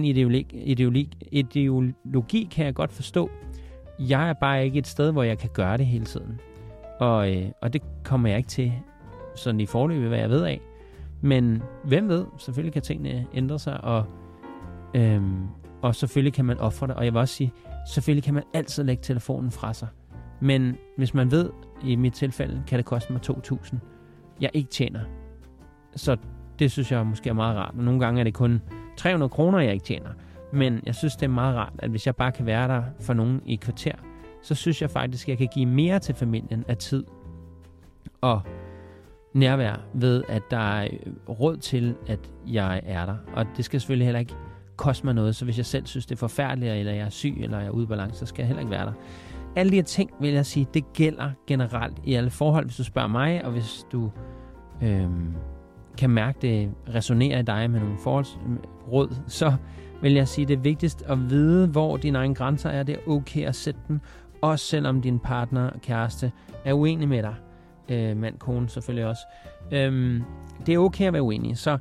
ideologi kan jeg godt forstå. Jeg er bare ikke et sted, hvor jeg kan gøre det hele tiden. Og det kommer jeg ikke til sådan i forløbet, hvad jeg ved af. Men hvem ved, selvfølgelig kan tingene ændre sig, og selvfølgelig kan man ofre det. Og jeg vil også sige, selvfølgelig kan man altid lægge telefonen fra sig. Men hvis man ved, i mit tilfælde, kan det koste mig 2.000, jeg ikke tjener. Så det synes jeg måske er meget rart. Og nogle gange er det kun 300 kroner, jeg ikke tjener. Men jeg synes, det er meget rart, at hvis jeg bare kan være der for nogen i et kvarter, så synes jeg faktisk, at jeg kan give mere til familien af tid og nærvær ved, at der er råd til, at jeg er der. Og det skal selvfølgelig heller ikke koste mig noget, så hvis jeg selv synes, det er forfærdeligt, eller jeg er syg, eller jeg er ude i balance, så skal jeg heller ikke være der. Alle de her ting, vil jeg sige, det gælder generelt i alle forhold, hvis du spørger mig, og hvis du kan mærke, det resonerer i dig med nogle forholdsråd, så vil jeg sige, det er vigtigst at vide, hvor dine egne grænser er. Det er okay at sætte dem, også selvom din partner, kæreste, er uenig med dig. Mand, kone selvfølgelig også. Det er okay at være uenig, så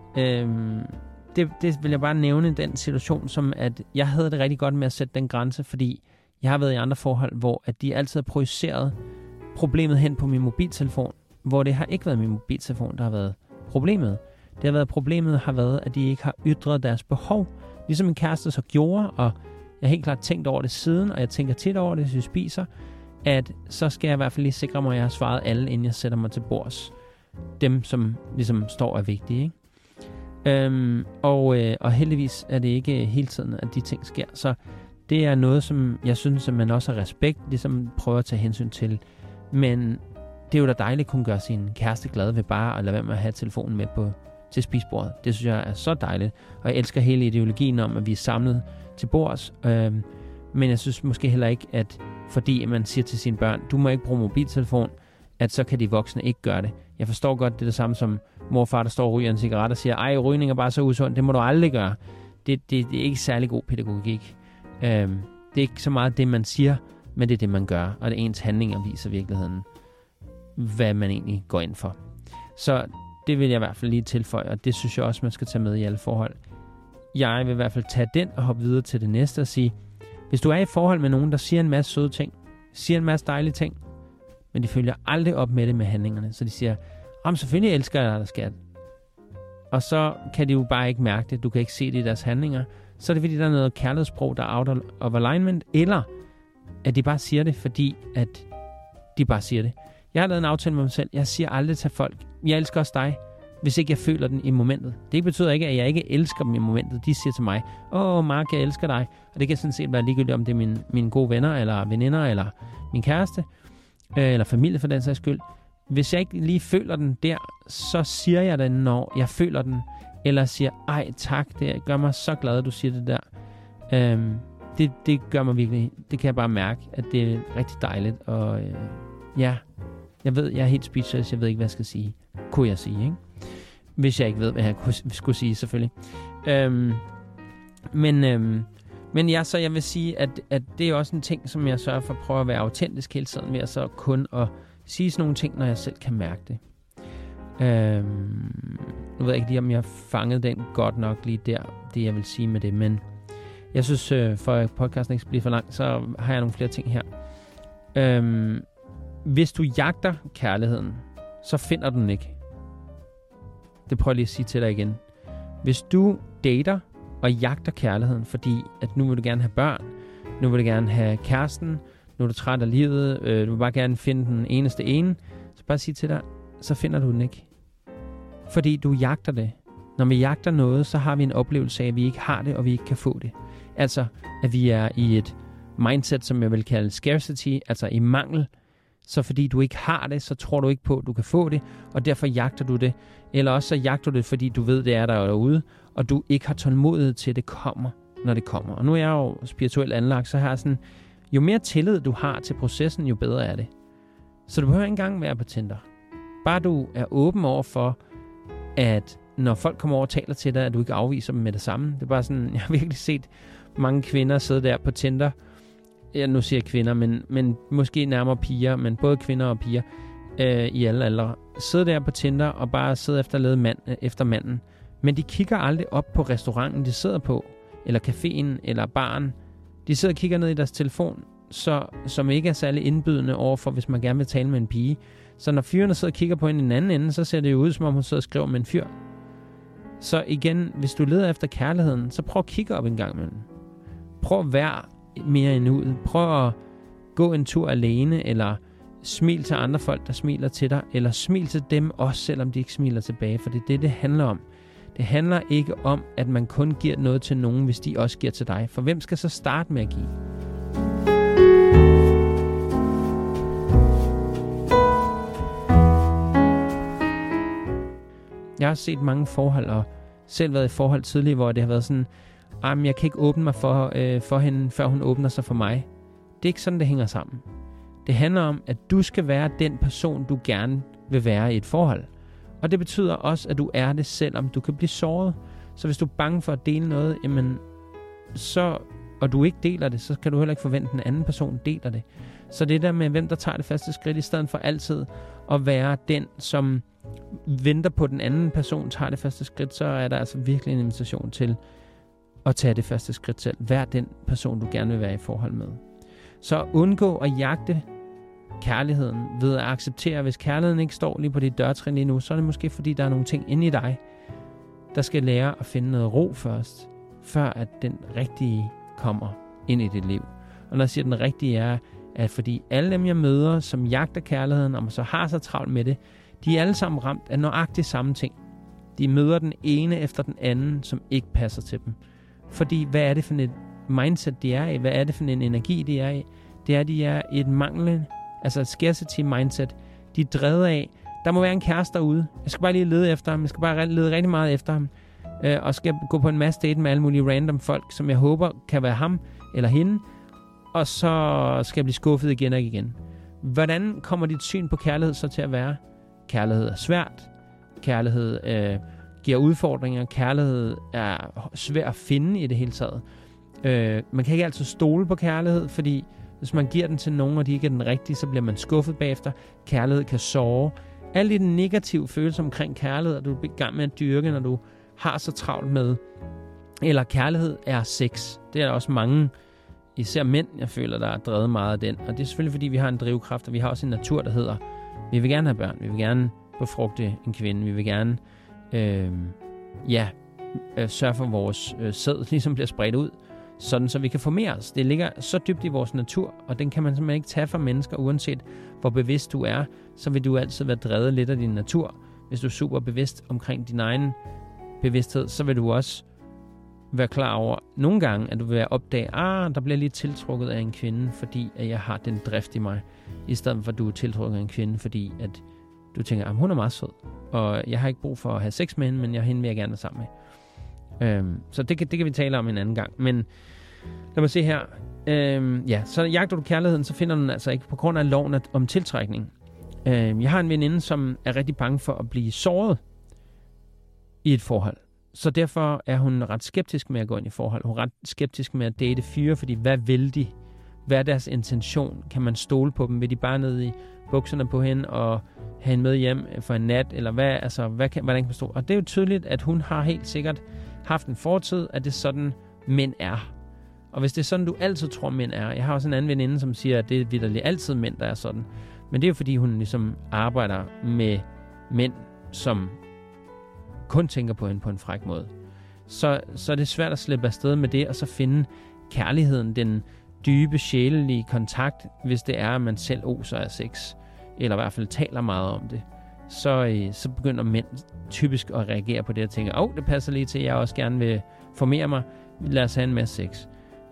det vil jeg bare nævne den situation, som at jeg havde det rigtig godt med at sætte den grænse, fordi jeg har været i andre forhold, hvor at de altid har projiceret problemet hen på min mobiltelefon, hvor det har ikke været min mobiltelefon, der har været problemet. Det har været problemet, har været, at de ikke har ytret deres behov, ligesom min kæreste så gjorde, og jeg har helt klart tænkt over det siden, og jeg tænker tit over det, hvis vi spiser, at så skal jeg i hvert fald lige sikre mig, at jeg har svaret alle, inden jeg sætter mig til bords. Dem, som ligesom står er vigtige, ikke? Og heldigvis er det ikke hele tiden, at de ting sker. Så det er noget, som jeg synes, at man også har respekt, ligesom prøver at tage hensyn til. Men det er jo da dejligt at kunne gøre sin kæreste glad ved bare at lade være med at have telefonen med til spisebordet. Det synes jeg er så dejligt. Og jeg elsker hele ideologien om, at vi er samlet til bords. Men jeg synes måske heller ikke, at fordi man siger til sine børn, du må ikke bruge mobiltelefon, at så kan de voksne ikke gøre det. Jeg forstår godt, det er det samme som mor og far, der står og ryger en cigaret og siger, ej, rygning er bare så usundt, det må du aldrig gøre. Det er ikke særlig god pædagogik. Det er ikke så meget det, man siger, men det er det, man gør. Og det er ens handlinger viser virkeligheden, hvad man egentlig går ind for. Så det vil jeg i hvert fald lige tilføje, og det synes jeg også, man skal tage med i alle forhold. Jeg vil i hvert fald tage den og hoppe videre til det næste og sige, hvis du er i forhold med nogen, der siger en masse søde ting, siger en masse dejlige ting, men de følger aldrig op med det med handlingerne, så de siger, selvfølgelig elsker jeg dig, skat. Og så kan de jo bare ikke mærke det, du kan ikke se det i deres handlinger, så er det fordi, der er noget kærlighedssprog, der er out of alignment, eller at de bare siger det, fordi at de bare siger det. Jeg har lavet en aftale med mig selv, jeg siger aldrig til folk, jeg elsker også dig, hvis ikke jeg føler den i momentet. Det betyder ikke, at jeg ikke elsker dem i momentet. De siger til mig, Mark, jeg elsker dig. Og det kan sådan set være ligegyldigt, om det er mine gode venner, eller veninder, eller min kæreste, eller familie for den sags skyld. Hvis jeg ikke lige føler den der, så siger jeg det, når jeg føler den. Eller siger, ej tak, det gør mig så glad, at du siger det der. Det gør mig virkelig, det kan jeg bare mærke, at det er rigtig dejligt. Og ja, jeg ved, jeg er helt speechless, jeg ved ikke, hvad jeg skal sige. Kunne jeg sige, ikke? Hvis jeg ikke ved, hvad jeg skulle sige, selvfølgelig. Men ja, så jeg vil sige, at det er også en ting, som jeg sørger for at prøve at være autentisk hele tiden, ved at så kun at sige sådan nogle ting, når jeg selv kan mærke det. Nu ved jeg ikke lige, om jeg har fanget den godt nok lige der, det jeg vil sige med det, men jeg synes, for at podcasten ikke skal blive for lang, så har jeg nogle flere ting her. Hvis du jagter kærligheden, så finder du den ikke. Det prøver jeg lige at sige til dig igen. Hvis du dater og jagter kærligheden, fordi at nu vil du gerne have børn, nu vil du gerne have kæresten, nu er du træt af livet, du vil bare gerne finde den eneste ene, så bare sige til dig, så finder du den ikke. Fordi du jagter det. Når vi jagter noget, så har vi en oplevelse af, at vi ikke har det, og vi ikke kan få det. Altså, at vi er i et mindset, som jeg vil kalde scarcity, altså i mangel. Så fordi du ikke har det, så tror du ikke på, at du kan få det, og derfor jagter du det. Eller også så jagter du det, fordi du ved, det er der derude, og du ikke har tålmodighed til, at det kommer, når det kommer. Og nu er jeg jo spirituelt anlagt, så har jeg sådan, jo mere tillid du har til processen, jo bedre er det. Så du behøver ikke engang være på Tinder. Bare du er åben over for, at når folk kommer over og taler til dig, at du ikke afviser dem med det samme. Det er bare sådan, jeg har virkelig set mange kvinder sidde der på Tinder. Ja, nu siger jeg kvinder, men måske nærmere piger, men både kvinder og piger i alle aldre. Sidde der på Tinder og bare sidde efter manden. Men de kigger aldrig op på restauranten, de sidder på, eller caféen, eller baren. De sidder og kigger ned i deres telefon, som ikke er særlig indbydende overfor, hvis man gerne vil tale med en pige. Så når fyrene sidder og kigger på hende i den anden ende, så ser det jo ud, som om hun sidder og skriver med en fyr. Så igen, hvis du leder efter kærligheden, så prøv at kigge op en gang imellem. Prøv at være mere end ud. Prøv at gå en tur alene, eller smil til andre folk, der smiler til dig, eller smil til dem også, selvom de ikke smiler tilbage, for det er det handler om. Det handler ikke om, at man kun giver noget til nogen, hvis de også giver til dig. For hvem skal så starte med at give? Jeg har set mange forhold, og selv været i forhold tidligere, hvor det har været sådan, jeg kan ikke åbne mig for hende, før hun åbner sig for mig. Det er ikke sådan, det hænger sammen. Det handler om, at du skal være den person, du gerne vil være i et forhold. Og det betyder også, at du er det, selvom du kan blive såret. Så hvis du er bange for at dele noget, jamen, og du ikke deler det, så kan du heller ikke forvente, at den anden person deler det. Så det der med, hvem der tager det første skridt, i stedet for altid at være den, som venter på, den anden person tager det første skridt, så er der altså virkelig en invitation til at tage det første skridt selv. Vær den person, du gerne vil være i forhold med. Så undgå at jagte kærligheden ved at acceptere, hvis kærligheden ikke står lige på dit dørtrin lige nu, så er det måske fordi, der er nogle ting inde i dig, der skal lære at finde noget ro først, før at den rigtige kommer ind i dit liv. Og når jeg siger, at den rigtige er, at fordi alle dem, jeg møder, som jagter kærligheden, og så har så travlt med det, de er alle sammen ramt af nøjagtigt samme ting. De møder den ene efter den anden, som ikke passer til dem. Fordi hvad er det for et mindset, de er i? Hvad er det for en energi, de er i? Det er, at de er i et manglende, altså et scarcity mindset. De er drevet af, der må være en kæreste derude. Jeg skal bare lige lede efter ham. Jeg skal bare lede rigtig meget efter ham. Og skal gå på en masse date med alle mulige random folk, som jeg håber kan være ham eller hende. Og så skal jeg blive skuffet igen og igen. Hvordan kommer dit syn på kærlighed så til at være? Kærlighed er svært. Kærlighed giver udfordringer. Kærlighed er svært at finde i det hele taget. Man kan ikke altid stole på kærlighed, fordi hvis man giver den til nogen, og de ikke er den rigtige, så bliver man skuffet bagefter. Kærlighed kan såre. Alle de negative følelser omkring kærlighed, at du er i gang med at dyrke, når du har så travlt med. Eller kærlighed er sex. Det er der også mange, især mænd, jeg føler, der er drevet meget af den. Og det er selvfølgelig, fordi vi har en drivkraft, og vi har også en natur, der hedder, vi vil gerne have børn, vi vil gerne befrugte en kvinde, vi vil gerne sørge for, vores sæd ligesom bliver spredt ud, sådan så vi kan formere os. Det ligger så dybt i vores natur, og den kan man simpelthen ikke tage fra mennesker, uanset hvor bevidst du er, så vil du altid være drevet lidt af din natur. Hvis du er super bevidst omkring din egen bevidsthed, så vil du også være klar over nogle gange, at du vil opdage, der bliver lige tiltrukket af en kvinde, fordi at jeg har den drift i mig, i stedet for at du er tiltrukket af en kvinde, fordi at du tænker, hun er meget sød, og jeg har ikke brug for at have sex med hende, men hende vil jeg gerne være sammen med. Så det kan vi tale om en anden gang. Men lad mig se her. Så jagter du kærligheden, så finder du den altså ikke på grund af loven om tiltrækning. Jeg har en veninde, som er rigtig bange for at blive såret i et forhold. Så derfor er hun ret skeptisk med at gå ind i forhold. Hun er ret skeptisk med at date fyre, fordi hvad vil de? Hvad er deres intention? Kan man stole på dem? Vil de bare ned i bukserne på hende og have hende med hjem for en nat? Eller hvordan kan man stole? Og det er jo tydeligt, at hun har helt sikkert haft en fortid, at det er sådan, mænd er. Og hvis det er sådan, du altid tror, mænd er. Jeg har også en anden veninde, som siger, at det er vitterligt altid mænd, der er sådan. Men det er jo fordi, hun ligesom arbejder med mænd, som kun tænker på hende på en fræk måde. Så er det svært at slippe afsted med det, og så finde kærligheden, den dybe, sjælelige kontakt, hvis det er, at man selv oser af sex, eller i hvert fald taler meget om det. Så begynder mænd typisk at reagere på det og tænker, det passer lige til, at jeg også gerne vil formere mig, lad os have en masse sex.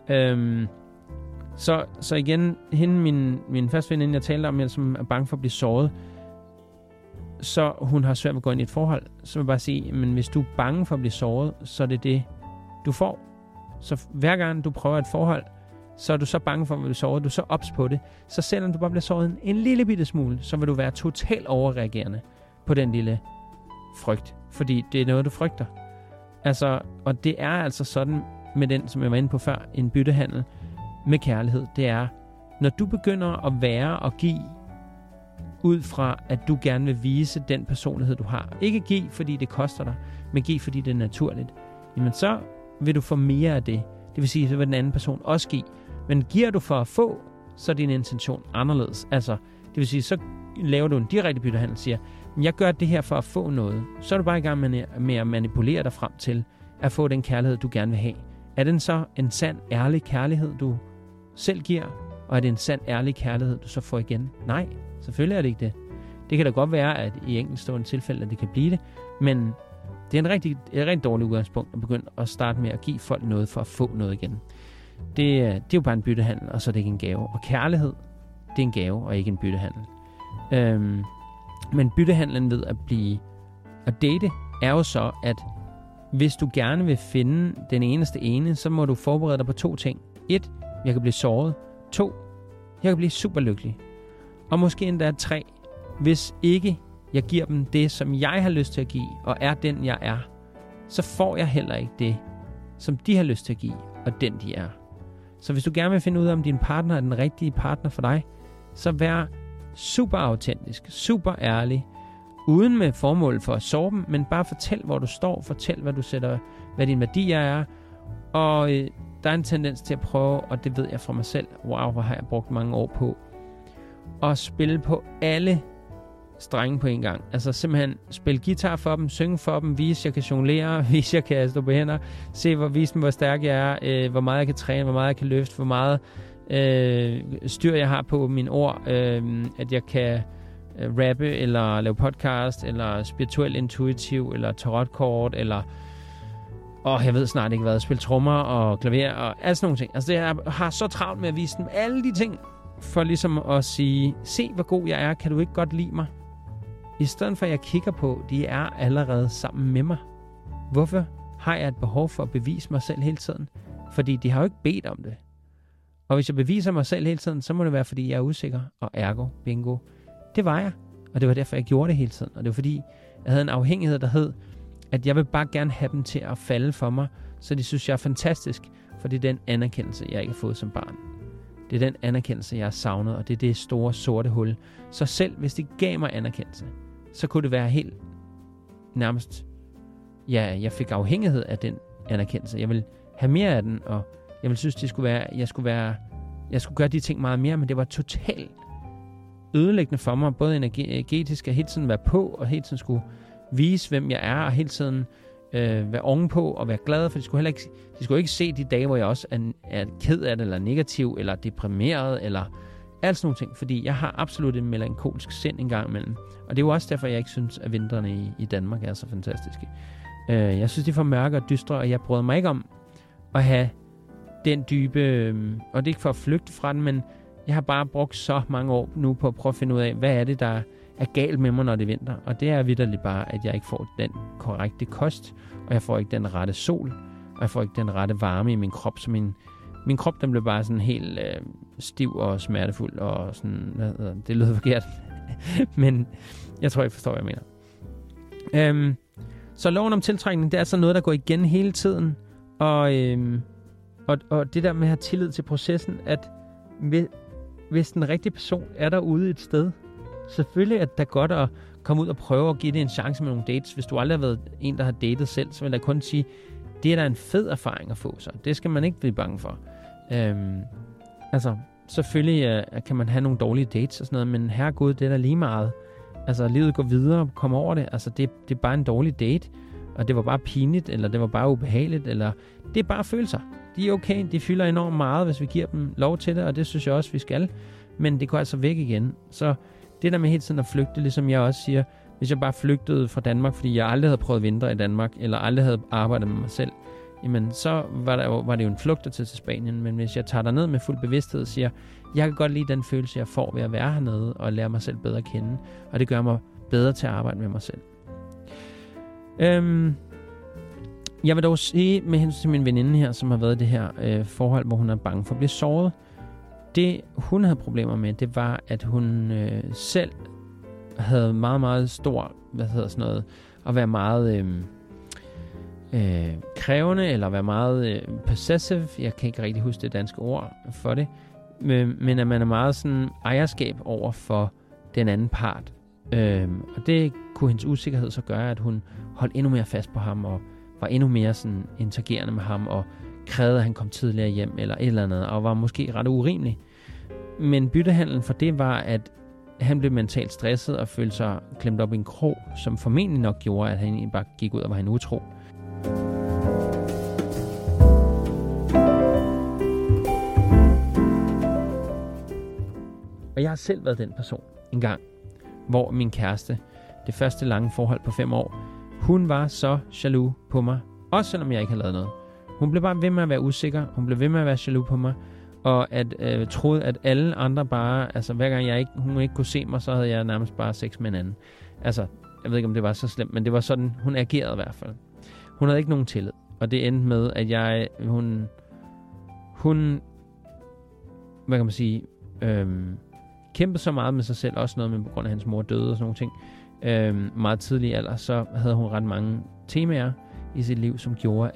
Så igen, hende, min første veninde, jeg talte om, som er bange for at blive såret, så hun har svært ved at gå ind i et forhold, så vil jeg bare sige, men hvis du er bange for at blive såret, så er det det, du får. Så hver gang du prøver et forhold, så er du så bange for at blive såret, du er så ops på det, så selvom du bare bliver såret en lille bitte smule, så vil du være totalt overreagerende på den lille frygt, fordi det er noget, du frygter. Og det er altså sådan med den, som jeg var inde på før, en byttehandel med kærlighed, det er, når du begynder at være og give ud fra, at du gerne vil vise den personlighed, du har. Ikke give, fordi det koster dig, men give, fordi det er naturligt. Jamen så vil du få mere af det. Det vil sige, så vil den anden person også give. Men giver du for at få, så er din intention anderledes. Det vil sige, så laver du en direkte byttehandel og siger, jeg gør det her for at få noget. Så er du bare i gang med at manipulere dig frem til at få den kærlighed, du gerne vil have. Er den så en sand, ærlig kærlighed, du selv giver? Og er det en sand, ærlig kærlighed, du så får igen? Nej, selvfølgelig er det ikke det. Det kan da godt være, at i enkeltstående tilfælde, at det kan blive det, men det er et rigtig dårligt udgangspunkt at begynde at starte med at give folk noget for at få noget igen. Det er jo bare en byttehandel, og så er det ikke en gave. Og kærlighed, det er en gave, og ikke en byttehandel. Men byttehandlen ved at date, er jo så, at hvis du gerne vil finde den eneste ene, så må du forberede dig på 2 ting. 1, jeg kan blive såret. 2, jeg kan blive super lykkelig. Og måske endda 3, hvis ikke jeg giver dem det, som jeg har lyst til at give, og er den, jeg er, så får jeg heller ikke det, som de har lyst til at give, og den, de er. Så hvis du gerne vil finde ud af, om din partner er den rigtige partner for dig, så vær super autentisk, super ærlig, uden med formål for at såre dem, men bare fortæl, hvor du står, fortæl, hvad dine værdier er, og der er en tendens til at prøve, og det ved jeg fra mig selv, hvor har jeg brugt mange år på, at spille på alle strenge på en gang. Simpelthen spille guitar for dem, synge for dem, vise, jeg kan jonglere, vise, jeg kan stå på hænder, vise dem, hvor stærk jeg er, hvor meget jeg kan træne, hvor meget jeg kan løfte, hvor meget styr jeg har på mine ord, at jeg kan rappe, eller lave podcast, eller spirituel intuitiv, eller tarotkort, eller jeg ved snart ikke hvad, spille trommer og klaver, og alle sådan nogle ting. Jeg har så travlt med at vise dem alle de ting, for ligesom at sige, se hvor god jeg er, kan du ikke godt lide mig? I stedet for at jeg kigger på, de er allerede sammen med mig. Hvorfor har jeg et behov for at bevise mig selv hele tiden? Fordi de har jo ikke bedt om det. Og hvis jeg beviser mig selv hele tiden, så må det være, fordi jeg er usikker, og ergo, bingo. Det var jeg, og det var derfor, jeg gjorde det hele tiden. Og det var fordi, jeg havde en afhængighed, der hed, at jeg vil bare gerne have dem til at falde for mig, så de synes, jeg er fantastisk, for det er den anerkendelse, jeg ikke har fået som barn. Det er den anerkendelse, jeg har savnet, og det er det store sorte hul. Så selv hvis de gav mig anerkendelse, så kunne det være helt nærmest, jeg fik afhængighed af den anerkendelse. Jeg vil have mere af den, og jeg vil synes, jeg skulle gøre de ting meget mere, men det var totalt ødelæggende for mig, både energetisk at hele tiden være på, og hele tiden skulle vise, hvem jeg er, og hele tiden være ovenpå og være glad, for de skulle ikke se de dage, hvor jeg også er ked af det, eller negativ, eller deprimeret, eller alt sådan nogle ting, fordi jeg har absolut en melankolsk sind en gang imellem. Og det er jo også derfor, jeg ikke synes, at vintrene i Danmark er så fantastiske. Jeg synes, de er for mørke og dystre, og jeg bryder mig ikke om at have den dybe, og det er ikke for at flygte fra den, men jeg har bare brugt så mange år nu på at prøve at finde ud af, hvad er det, der er galt med mig, når det er vinter. Og det er vitterligt bare, at jeg ikke får den korrekte kost, og jeg får ikke den rette sol, og jeg får ikke den rette varme i min krop, så min krop, den blev bare sådan helt stiv og smertefuld, og sådan, det lyder forkert, men jeg tror, I forstår, hvad jeg mener. Så loven om tiltrækning, det er altså noget, der går igen hele tiden, og det der med at have tillid til processen, at hvis den rigtige person er derude et sted, selvfølgelig er det godt at komme ud og prøve at give det en chance med nogle dates. Hvis du aldrig har været en, der har datet selv, så vil jeg kun sige, det er da en fed erfaring at få sig. Det skal man ikke blive bange for. Selvfølgelig kan man have nogle dårlige dates og sådan noget, men herregud, det er da lige meget. Altså, livet går videre, kom over det. Altså, det er bare en dårlig date, og det var bare pinligt, eller det var bare ubehageligt, eller det er bare følelser. De er okay, de fylder enormt meget, hvis vi giver dem lov til det, og det synes jeg også, vi skal. Men det går altså væk igen. Så det der med hele tiden at flygte, ligesom jeg også siger, hvis jeg bare flygtede fra Danmark, fordi jeg aldrig havde prøvet vinter i Danmark, eller aldrig havde arbejdet med mig selv, jamen så var det jo en flugt til Spanien. Men hvis jeg tager derned med fuld bevidsthed og siger, jeg kan godt lide den følelse, jeg får ved at være hernede, og lære mig selv bedre at kende, og det gør mig bedre til at arbejde med mig selv. Jeg vil dog sige med hensyn til min veninde her, som har været i det her forhold, hvor hun er bange for at blive såret. Det, hun havde problemer med, det var, at hun selv havde meget, meget stor, at være meget krævende, eller være meget possessive. Jeg kan ikke rigtig huske det danske ord for det. Men at man er meget sådan ejerskab over for den anden part. Og det kunne hendes usikkerhed så gøre, at hun holdt endnu mere fast på ham, og var endnu mere sådan interagerende med ham, og krævede, at han kom tidligere hjem, eller et eller andet, og var måske ret urimelig. Men byttehandlen for det var, at han blev mentalt stresset, og følte sig klemt op i en krog, som formentlig nok gjorde, at han egentlig bare gik ud og var en utro. Og jeg har selv været den person en gang, hvor min kæreste, det første lange forhold på 5 år, hun var så jaloux på mig, også selvom jeg ikke havde lavet noget. Hun blev bare ved med at være usikker, hun blev ved med at være jaloux på mig, og troede, at alle andre bare, altså hver gang hun ikke kunne se mig, så havde jeg nærmest bare sex med en anden. Altså, jeg ved ikke, om det var så slemt, men det var sådan, hun agerede i hvert fald. Hun havde ikke nogen tillid, og det endte med, at hun hvad kan man sige, kæmpede så meget med sig selv, også noget med på grund af hans mor døde og sådan nogle ting, meget tidlig alder, så havde hun ret mange temaer i sit liv, som gjorde,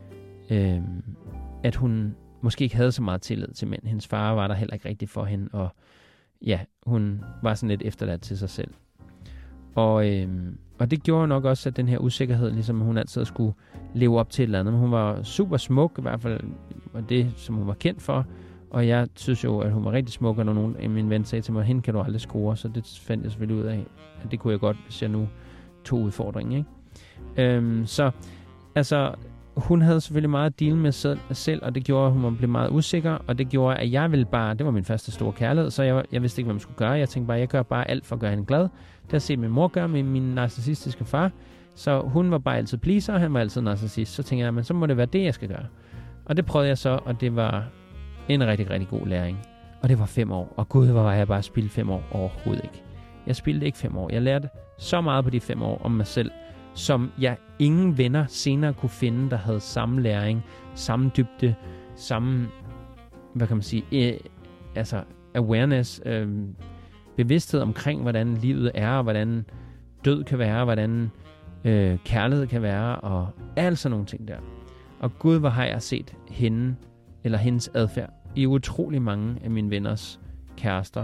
at hun måske ikke havde så meget tillid til mænd. Hendes far var der heller ikke rigtig for hende, og ja, hun var sådan lidt efterladt til sig selv. Og det gjorde nok også, at den her usikkerhed, ligesom hun altid skulle leve op til et eller andet. Men hun var super smuk, i hvert fald var det, som hun var kendt for. Og jeg synes jo, at hun var rigtig smuk, og når nogen af mine venner sagde til mig, hende kan du aldrig score, så det fandt jeg selvfølgelig ud af, at det kunne jeg godt, hvis jeg nu tog udfordringen, ikke? Så altså, hun havde selvfølgelig meget at deale med selv, og det gjorde, at hun blev meget usikker, og det gjorde, at jeg ville bare, det var min første store kærlighed, så jeg vidste ikke, hvad man skulle gøre. Jeg tænkte bare, jeg gør bare alt for at gøre hende glad. Det har set min mor gøre med min narcissistiske far, så hun var bare altid pleaser, og han var altid narcissist. Så tænkte jeg, men så må det være det, jeg skal gøre. Og det prøvede jeg så, og det var en rigtig, rigtig god læring. Og det var 5 år, og gud, hvor var jeg bare spildt 5 år overhovedet ikke. Jeg spildte ikke 5 år. Jeg lærte så meget på de 5 år om mig selv, som jeg ingen venner senere kunne finde, der havde samme læring, samme dybde, samme, hvad kan man sige, awareness, bevidsthed omkring, hvordan livet er, og hvordan død kan være, hvordan kærlighed kan være, og alle sådan nogle ting der. Og gud, hvor har jeg set hende, eller hendes adfærd, i utrolig mange af mine venners kærester,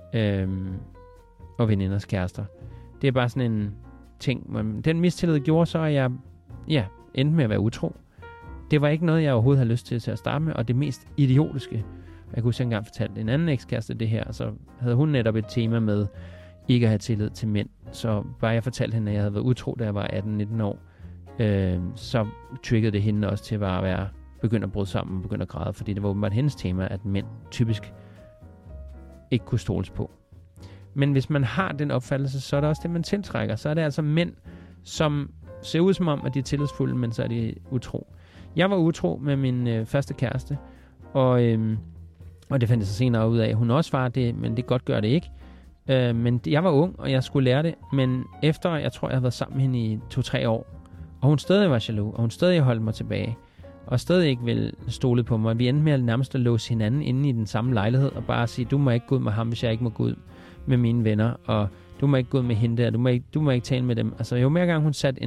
og veninders kærester. Det er bare sådan en ting. Den mistillid gjorde så, at jeg endte med at være utro. Det var ikke noget, jeg overhovedet havde lyst til at starte med, og det mest idiotiske. Jeg kunne huske, engang fortalte en anden ekskæreste det her, så havde hun netop et tema med ikke at have tillid til mænd. Så bare jeg fortalte hende, at jeg havde været utro, da jeg var 18-19 år, så triggede det hende også til at være begynde at bryde sammen og begynde at græde, fordi det var åbenbart hendes tema, at mænd typisk ikke kunne stoles på. Men hvis man har den opfattelse, så er det også det, man tiltrækker. Så er det altså mænd, som ser ud som om, at de er tillidsfulde, men så er de utro. Jeg var utro med min første kæreste, og det fandt jeg så senere ud af, at hun også var det, men det godt gør det ikke. Men jeg var ung, og jeg skulle lære det. Men efter, jeg tror, jeg havde været sammen med hende i 2-3 år, og hun stadig var jaloux, og hun stadig holdt mig tilbage, og stadig ikke ville stole på mig. Vi endte med at nærmest at låse hinanden inde i den samme lejlighed, og bare sige, du må ikke gå ud med ham, hvis jeg ikke må gå ud med mine venner, og du må ikke gå ud med hende der, du må ikke tale med dem. Altså jo mere gang hun satte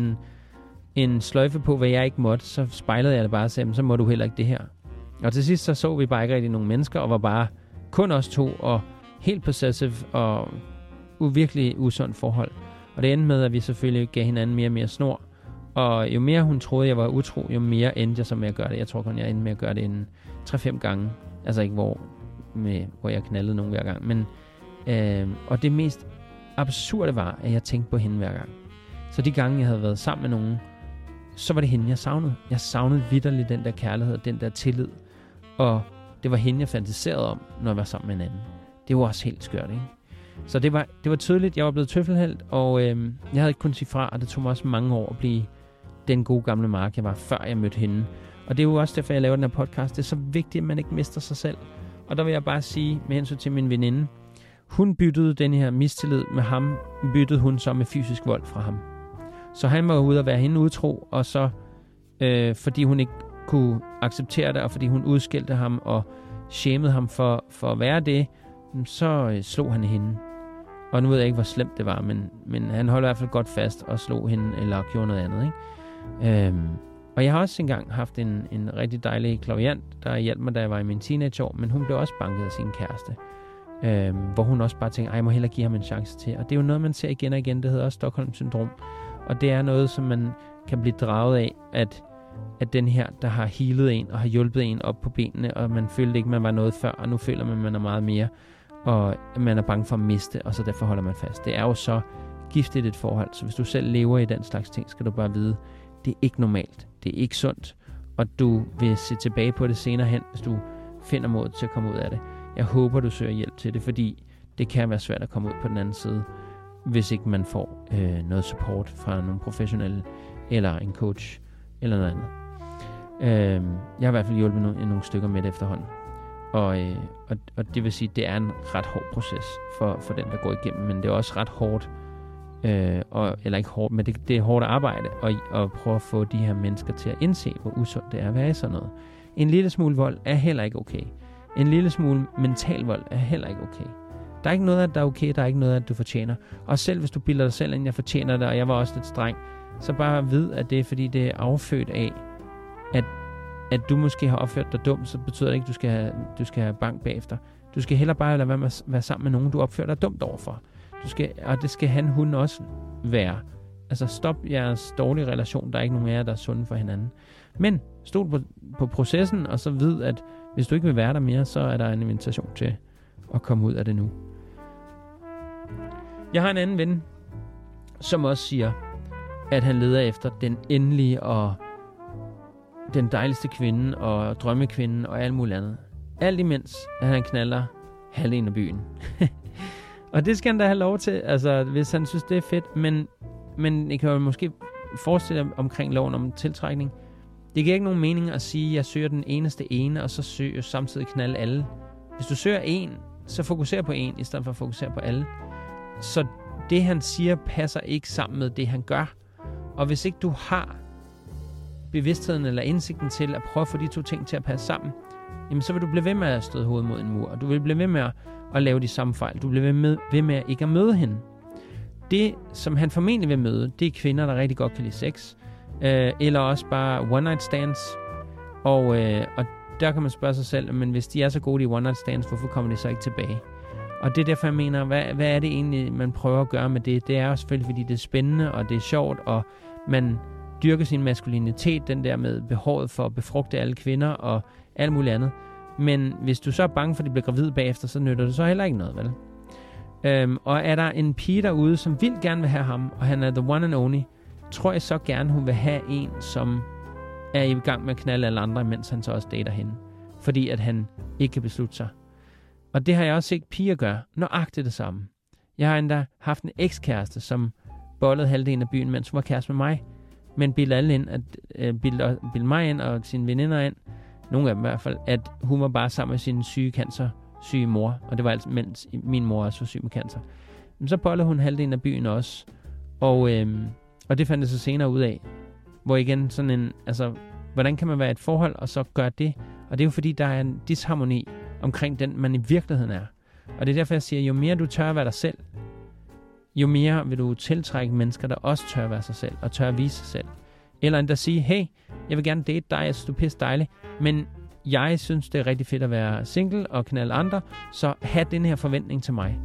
en sløjfe på, hvad jeg ikke måtte, så spejlede jeg det bare og sagde, så må du heller ikke det her. Og til sidst så vi bare ikke rigtig nogen mennesker, og var bare kun os to, og helt possessive, og virkelig usundt forhold. Og det endte med, at vi selvfølgelig gav hinanden mere og mere snor, og jo mere hun troede, jeg var utro, jo mere endte jeg så med at gøre det. Jeg tror kun, jeg endte med at gøre det en 3-5 gange. Altså ikke hvor jeg knaldede nogen hver gang. Men, og det mest absurde var, at jeg tænkte på hende hver gang. Så de gange, jeg havde været sammen med nogen, så var det hende, jeg savnede. Jeg savnede vitterligt den der kærlighed, den der tillid. Og det var hende, jeg fantaserede om, når jeg var sammen med en anden. Det var også helt skørt, ikke? Så det var tydeligt. Jeg var blevet tøffelhelt, og jeg havde ikke kunnet sige fra, og det tog mig også mange år at blive den gode gamle Mark, jeg var, før jeg mødte hende. Og det er jo også derfor, jeg laver den her podcast. Det er så vigtigt, at man ikke mister sig selv. Og der vil jeg bare sige, med hensyn til min veninde, hun byttede den her mistillid med ham, byttede hun så med fysisk vold fra ham. Så han var ude at være hende utro, og så fordi hun ikke kunne acceptere det, og fordi hun udskældte ham og shamede ham for at være det, så slog han hende. Og nu ved jeg ikke, hvor slemt det var, men han holdt i hvert fald godt fast og slog hende, eller gjorde noget andet, ikke? Og jeg har også engang haft en rigtig dejlig klaviant, der hjalp mig, da jeg var i min teenageår, men hun blev også banket af sin kæreste. Hvor hun også bare tænkte, jeg må hellere give ham en chance til. Og det er jo noget, man ser igen og igen, det hedder også Stockholm-syndrom. Og det er noget, som man kan blive draget af, at den her, der har healet en og har hjulpet en op på benene, og man følte ikke, man var noget før, og nu føler man er meget mere, og man er bange for at miste, og så derfor holder man fast. Det er jo så giftigt et forhold, så hvis du selv lever i den slags ting, skal du bare vide, det er ikke normalt, det er ikke sundt, og du vil se tilbage på det senere hen, hvis du finder mod til at komme ud af det. Jeg håber, du søger hjælp til det, fordi det kan være svært at komme ud på den anden side, hvis ikke man får noget support fra nogle professionelle, eller en coach, eller noget andet. Jeg har i hvert fald hjulpet nogle stykker med det efterhånden. Og det vil sige, at det er en ret hård proces for den, der går igennem, men det er også ret hårdt, eller ikke hårdt, men det er hårdt arbejde, at prøve at få de her mennesker til at indse, hvor usundt det er at være i sådan noget. En lille smule vold er heller ikke okay. En lille smule mental vold er heller ikke okay. Der er ikke noget af det, der er okay, der er ikke noget af det, du fortjener. Og selv hvis du bilder dig selv ind, jeg fortjener det, og jeg var også lidt streng, så bare vid, at det er, fordi det er affødt af, at du måske har opført dig dumt, så betyder det ikke, at du skal have bank bagefter. Du skal heller bare lade være med at være sammen med nogen, du opfører dig dumt overfor. Og det skal hun også være. Altså stop jeres dårlige relation, der er ikke nogen af jer, der er sunde for hinanden. Men stol på processen, og så vid, at hvis du ikke vil være der mere, så er der en invitation til at komme ud af det nu. Jeg har en anden ven, som også siger, at han leder efter den endelige og den dejligste kvinde og drømmekvinden og alt muligt andet. Alt imens, at han knalder halvdelen af byen. Og det skal han da have lov til, altså hvis han synes, det er fedt. Men jeg kan jo måske forestille dig omkring loven om tiltrækning. Det giver ikke nogen mening at sige, at jeg søger den eneste ene, og så søger samtidig knalde alle. Hvis du søger en, så fokuser på en, i stedet for at fokusere på alle. Så det, han siger, passer ikke sammen med det, han gør. Og hvis ikke du har bevidstheden eller indsigten til at prøve at få de to ting til at passe sammen, jamen så vil du blive ved med at støde hovedet mod en mur, og du vil blive ved med at lave de samme fejl. Du bliver ved med ikke at møde hende. Det, som han formentlig vil møde, det er kvinder, der rigtig godt kan lide sex, eller også bare one night stands, og der kan man spørge sig selv, men hvis de er så gode i one night stands, hvorfor kommer de så ikke tilbage? Og det er derfor, jeg mener, hvad er det egentlig, man prøver at gøre med det? Det er jo selvfølgelig, fordi det er spændende, og det er sjovt, og man dyrker sin maskulinitet, den der med behovet for at befrugte alle kvinder, og alt muligt andet. Men hvis du så er bange for, at de bliver gravide bagefter, så nytter det så heller ikke noget, vel? Og er der en pige derude, som vil gerne vil have ham, og han er the one and only, tror jeg så gerne, hun vil have en, som er i gang med at knalde alle andre, mens han så også dater hende. Fordi at han ikke kan beslutte sig. Og det har jeg også set piger gøre. Nøjagtigt det samme. Jeg har endda haft en ekskæreste, som bollede halvdelen af byen, mens hun var kæreste med mig. Men bildte alle ind, bildte mig ind og sine veninder ind, nogle af dem i hvert fald, at hun var bare sammen med sin syge, syge mor, og det var altså mens min mor også var syg med cancer. Men så bollede hun halvdelen af byen også, og det fandt jeg så senere ud af, hvor igen sådan en, altså, hvordan kan man være i et forhold, og så gøre det? Og det er jo fordi, der er en disharmoni omkring den, man i virkeligheden er. Og det er derfor, jeg siger, jo mere du tør at være dig selv, jo mere vil du tiltrække mennesker, der også tør at være sig selv, og tør at vise sig selv. Eller endda sige, hey, jeg vil gerne date dig, jeg synes, du er pisse dejlig, men jeg synes, det er rigtig fedt at være single og knalde andre, så have den her forventning til mig.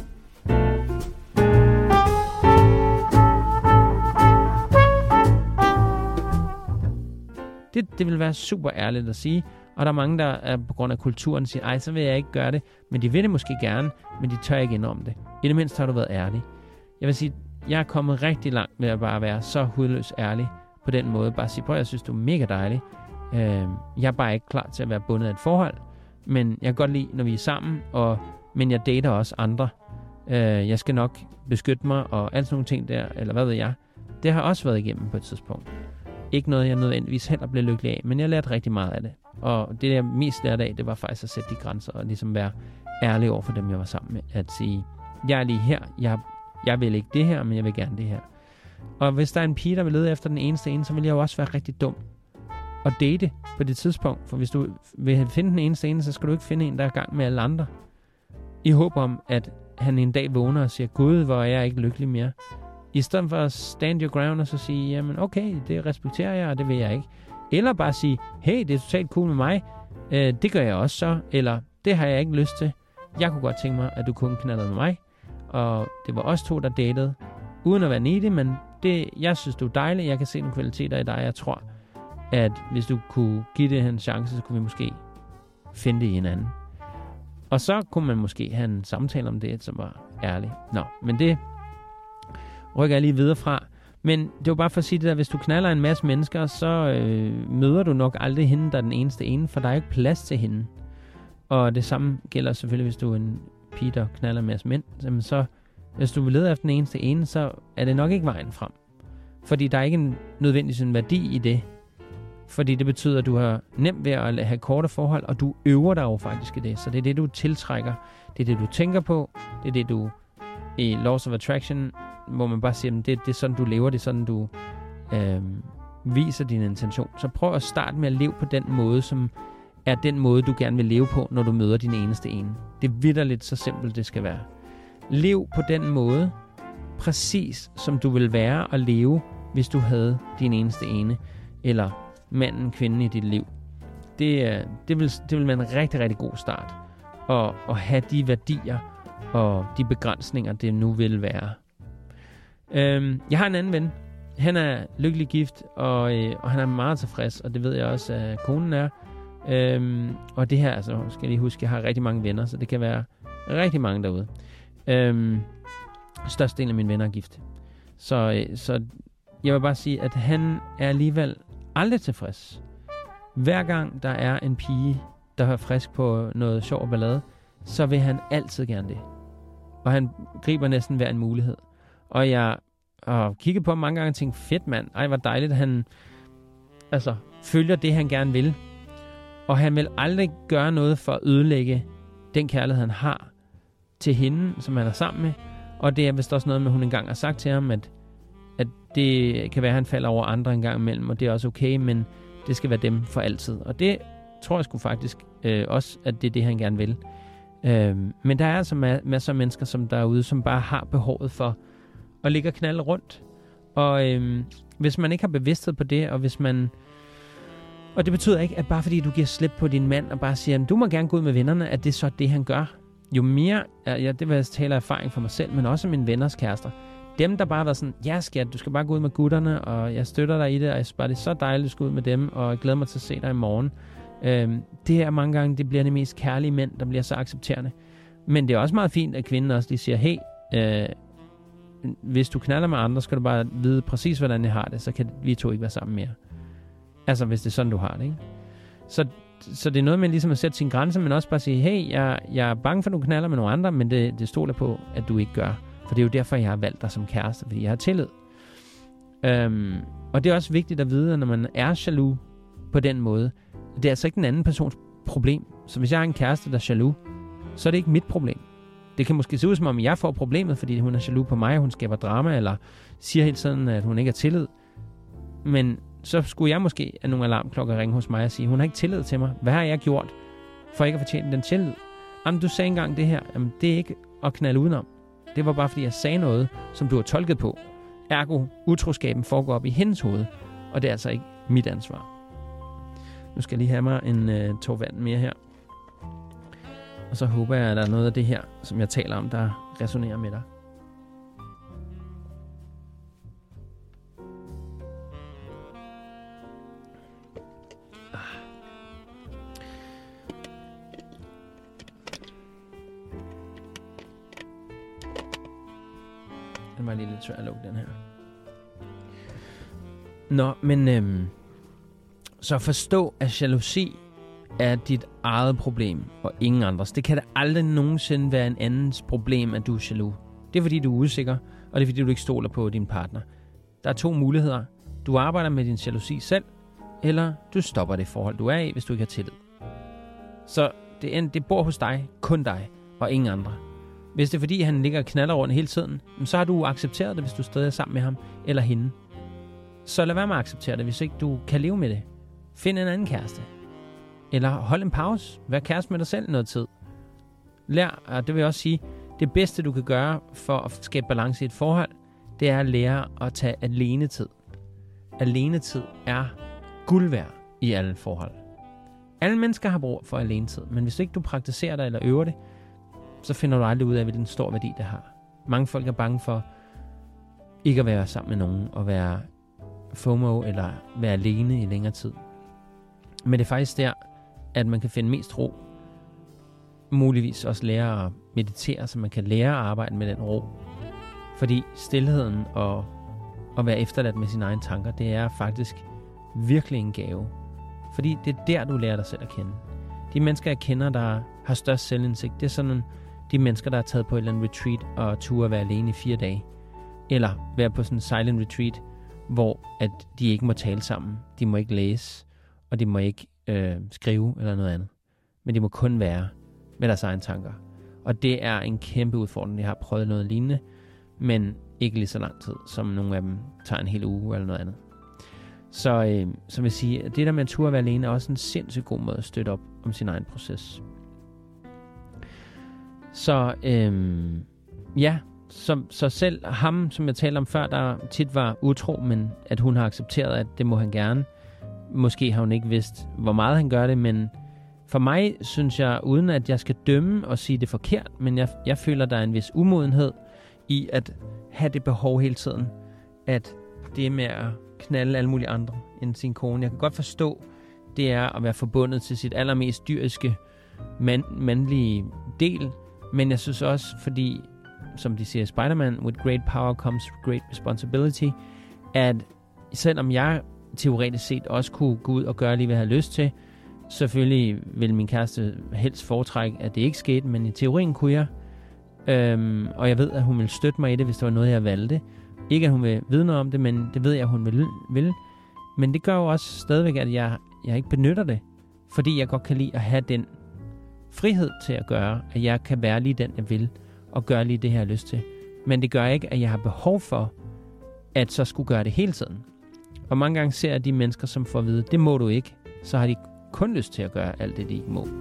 Det vil være super ærligt at sige, og der er mange, der er på grund af kulturen siger, ej, så vil jeg ikke gøre det, men de vil det måske gerne, men de tør ikke indrømme det. I det mindste har du været ærlig. Jeg vil sige, jeg er kommet rigtig langt med at bare være så hudløs ærlig på den måde. Bare sige, prøv, jeg synes, du er mega dejlig. Jeg er bare ikke klar til at være bundet af et forhold, men jeg kan godt lide, når vi er sammen, men jeg dater også andre. Jeg skal nok beskytte mig, og alt sådan nogle ting der, eller hvad ved jeg. Det har også været igennem på et tidspunkt. Ikke noget, jeg nødvendigvis heller blev lykkelig af, men jeg lærte rigtig meget af det. Og det, jeg mest lærte af, det var faktisk at sætte de grænser, og ligesom være ærlig over for dem, jeg var sammen med. At sige, jeg er lige her, jeg vil ikke det her, men jeg vil gerne det her. Og hvis der er en pige, der vil lede efter den eneste ene, så vil jeg jo også være rigtig dum at date på det tidspunkt. For hvis du vil finde den eneste ene, så skal du ikke finde en, der er i gang med alle andre. I håb om, at han en dag vågner og siger, Gud, hvor er jeg ikke lykkelig mere. I stedet for at stand your ground og så sige, jamen okay, det respekterer jeg, og det vil jeg ikke. Eller bare sige, hey, det er totalt cool med mig. Det gør jeg også så. Eller, det har jeg ikke lyst til. Jeg kunne godt tænke mig, at du kun knaldede med mig. Og det var os to, der datede. Uden at være needy, men jeg synes, du er dejlig. Jeg kan se nogle kvaliteter i dig. Jeg tror, at hvis du kunne give det en chance, så kunne vi måske finde det i hinanden. Og så kunne man måske have en samtale om det, som var ærlig. Nå, men det rykker jeg lige videre fra. Men det var bare for at sige det der, hvis du knaller en masse mennesker, så møder du nok aldrig hende, der er den eneste ene, for der er ikke plads til hende. Og det samme gælder selvfølgelig, hvis du er en pige, der knaller en masse mænd. Så hvis du vil lede efter den eneste ene, så er det nok ikke vejen frem. Fordi der er ikke nødvendigvis en værdi i det. Fordi det betyder, at du har nemt ved at have korte forhold, og du øver dig jo faktisk i det. Så det er det, du tiltrækker. Det er det, du tænker på. Det er det, du i Laws of Attraction, hvor man bare siger, at det er sådan, du lever. Det er sådan, du viser din intention. Så prøv at starte med at leve på den måde, som er den måde, du gerne vil leve på, når du møder din eneste ene. Det er vitterligt så simpelt, det skal være. Lev på den måde, præcis som du vil være og leve, hvis du havde din eneste ene, eller manden, kvinden i dit liv. Det vil være en rigtig, rigtig god start. At have de værdier og de begrænsninger, det nu vil være. Jeg har en anden ven. Han er lykkelig gift, og han er meget tilfreds, og det ved jeg også, at konen er. Og det her, altså, skal jeg lige huske, jeg har rigtig mange venner, så det kan være rigtig mange derude. Størstedelen af mine venner er gift. Så jeg vil bare sige, at han er alligevel aldrig tilfreds. Hver gang der er en pige, der er frisk på noget sjov og ballade, så vil han altid gerne det. Og han griber næsten hver en mulighed. Og jeg har kigget på ham mange gange og tænkt, fedt mand, ej hvor dejligt, at han følger det, han gerne vil. Og han vil aldrig gøre noget for at ødelægge den kærlighed, han har til hende, som han er sammen med. Og det er vist også noget med, hun engang har sagt til ham, at det kan være, at han falder over andre en gang imellem, og det er også okay, men det skal være dem for altid. Og det tror jeg sgu faktisk også, at det er det, han gerne vil. Men der er altså masser af mennesker, som derude, som bare har behovet for at ligge og knalde rundt. Og hvis man ikke har bevidsthed på det, og det betyder ikke, at bare fordi du giver slip på din mand, og bare siger, at du må gerne gå ud med vennerne, at det er så det, han gør. Jo mere, det vil jeg tale af erfaring for mig selv, men også mine venners kærester. Dem, der bare har været sådan, ja skat, du skal bare gå ud med gutterne, og jeg støtter dig i det, og jeg synes bare, det er så dejligt, at du skal ud med dem, og jeg glæder mig til at se dig i morgen. Det er mange gange, det bliver de mest kærlige mænd, der bliver så accepterende. Men det er også meget fint, at kvinden også lige siger, hey, hvis du knaller med andre, skal du bare vide præcis, hvordan jeg har det, så kan vi to ikke være sammen mere. Altså, hvis det er sådan, du har det, ikke? Så det er noget med ligesom at sætte sine grænser, men også bare sige, hey, jeg er bange for, at du knaller med nogle andre, men det stoler på, at du ikke gør. For det er jo derfor, jeg har valgt dig som kæreste, fordi jeg har tillid. Og det er også vigtigt at vide, at når man er jaloux på den måde, det er altså ikke den anden persons problem. Så hvis jeg har en kæreste, der er jaloux, så er det ikke mit problem. Det kan måske se ud som om, jeg får problemet, fordi hun er jaloux på mig, hun skaber drama, eller siger hele tiden, at hun ikke har tillid. Men så skulle jeg måske af nogle alarmklokker ringe hos mig og sige, hun har ikke tillid til mig. Hvad har jeg gjort for ikke at fortjene den tillid? Jamen, du sagde engang det her. Jamen, det er ikke at knalde udenom. Det var bare, fordi jeg sagde noget, som du har tolket på. Ergo, utroskaben foregår op i hendes hoved, og det er altså ikke mit ansvar. Nu skal jeg lige have mig en tår vand mere her. Og så håber jeg, at der er noget af det her, som jeg taler om, der resonerer med dig. Den var lige lidt svær at lukke, den her. Nå, men så forstå, at jalousi er dit eget problem og ingen andres. Det kan da aldrig nogensinde være en andens problem, at du er jaloux. Det er fordi, du er usikker, og det er fordi, du ikke stoler på din partner. Der er 2 muligheder. Du arbejder med din jalousi selv, eller du stopper det forhold, du er i, hvis du ikke har tillid. Så det bor hos dig, kun dig og ingen andre. Hvis det er fordi, han ligger og knaller rundt hele tiden, så har du accepteret det, hvis du stadig er sammen med ham eller hende. Så lad være med at acceptere det, hvis ikke du kan leve med det. Find en anden kæreste. Eller hold en pause. Vær kæreste med dig selv noget tid. Lær, og det vil jeg også sige, det bedste du kan gøre for at skabe balance i et forhold, det er at lære at tage alenetid. Alenetid er guld værd i alle forhold. Alle mennesker har brug for alenetid, men hvis ikke du praktiserer det eller øver det, så finder du aldrig ud af, hvilken stor værdi det har. Mange folk er bange for ikke at være sammen med nogen, og være FOMO, eller være alene i længere tid. Men det er faktisk der, at man kan finde mest ro. Muligvis også lære at meditere, så man kan lære at arbejde med den ro. Fordi stilheden og at være efterladt med sine egne tanker, det er faktisk virkelig en gave. Fordi det er der, du lærer dig selv at kende. De mennesker, jeg kender, der har størst selvindsigt, det er sådan de mennesker, der er taget på et eller andet retreat og turde være alene i 4 dage. Eller være på sådan en silent retreat, hvor at de ikke må tale sammen. De må ikke læse, og de må ikke skrive eller noget andet. Men de må kun være med deres egne tanker. Og det er en kæmpe udfordring. Jeg har prøvet noget lignende, men ikke lige så lang tid, som nogle af dem tager en hel uge eller noget andet. Så vil jeg sige, at det der med at turde være alene er også en sindssygt god måde at støtte op om sin egen proces. Så ja, så selv ham, som jeg talte om før, der tit var utro, men at hun har accepteret, at det må han gerne. Måske har hun ikke vidst, hvor meget han gør det, men for mig synes jeg, uden at jeg skal dømme og sige det forkert, men jeg føler, der er en vis umodenhed i at have det behov hele tiden, at det med at knalde alle mulige andre end sin kone. Jeg kan godt forstå, det er at være forbundet til sit allermest dyriske mandlige del, men jeg synes også, fordi, som de siger i Spider-Man, with great power comes great responsibility, at selvom jeg teoretisk set også kunne gå ud og gøre lige, hvad jeg havde lyst til, selvfølgelig ville min kæreste helst foretrække, at det ikke skete, men i teorien kunne jeg, og jeg ved, at hun ville støtte mig i det, hvis det var noget, jeg valgte. Ikke, at hun vil vide noget om det, men det ved jeg, at hun vil. Men det gør jo også stadigvæk, at jeg ikke benytter det, fordi jeg godt kan lide at have den frihed til at gøre, at jeg kan være lige den, jeg vil, og gøre lige det, jeg har lyst til. Men det gør ikke, at jeg har behov for, at så skulle gøre det hele tiden. Og mange gange ser jeg de mennesker, som får at vide, det må du ikke, så har de kun lyst til at gøre alt det, de ikke må.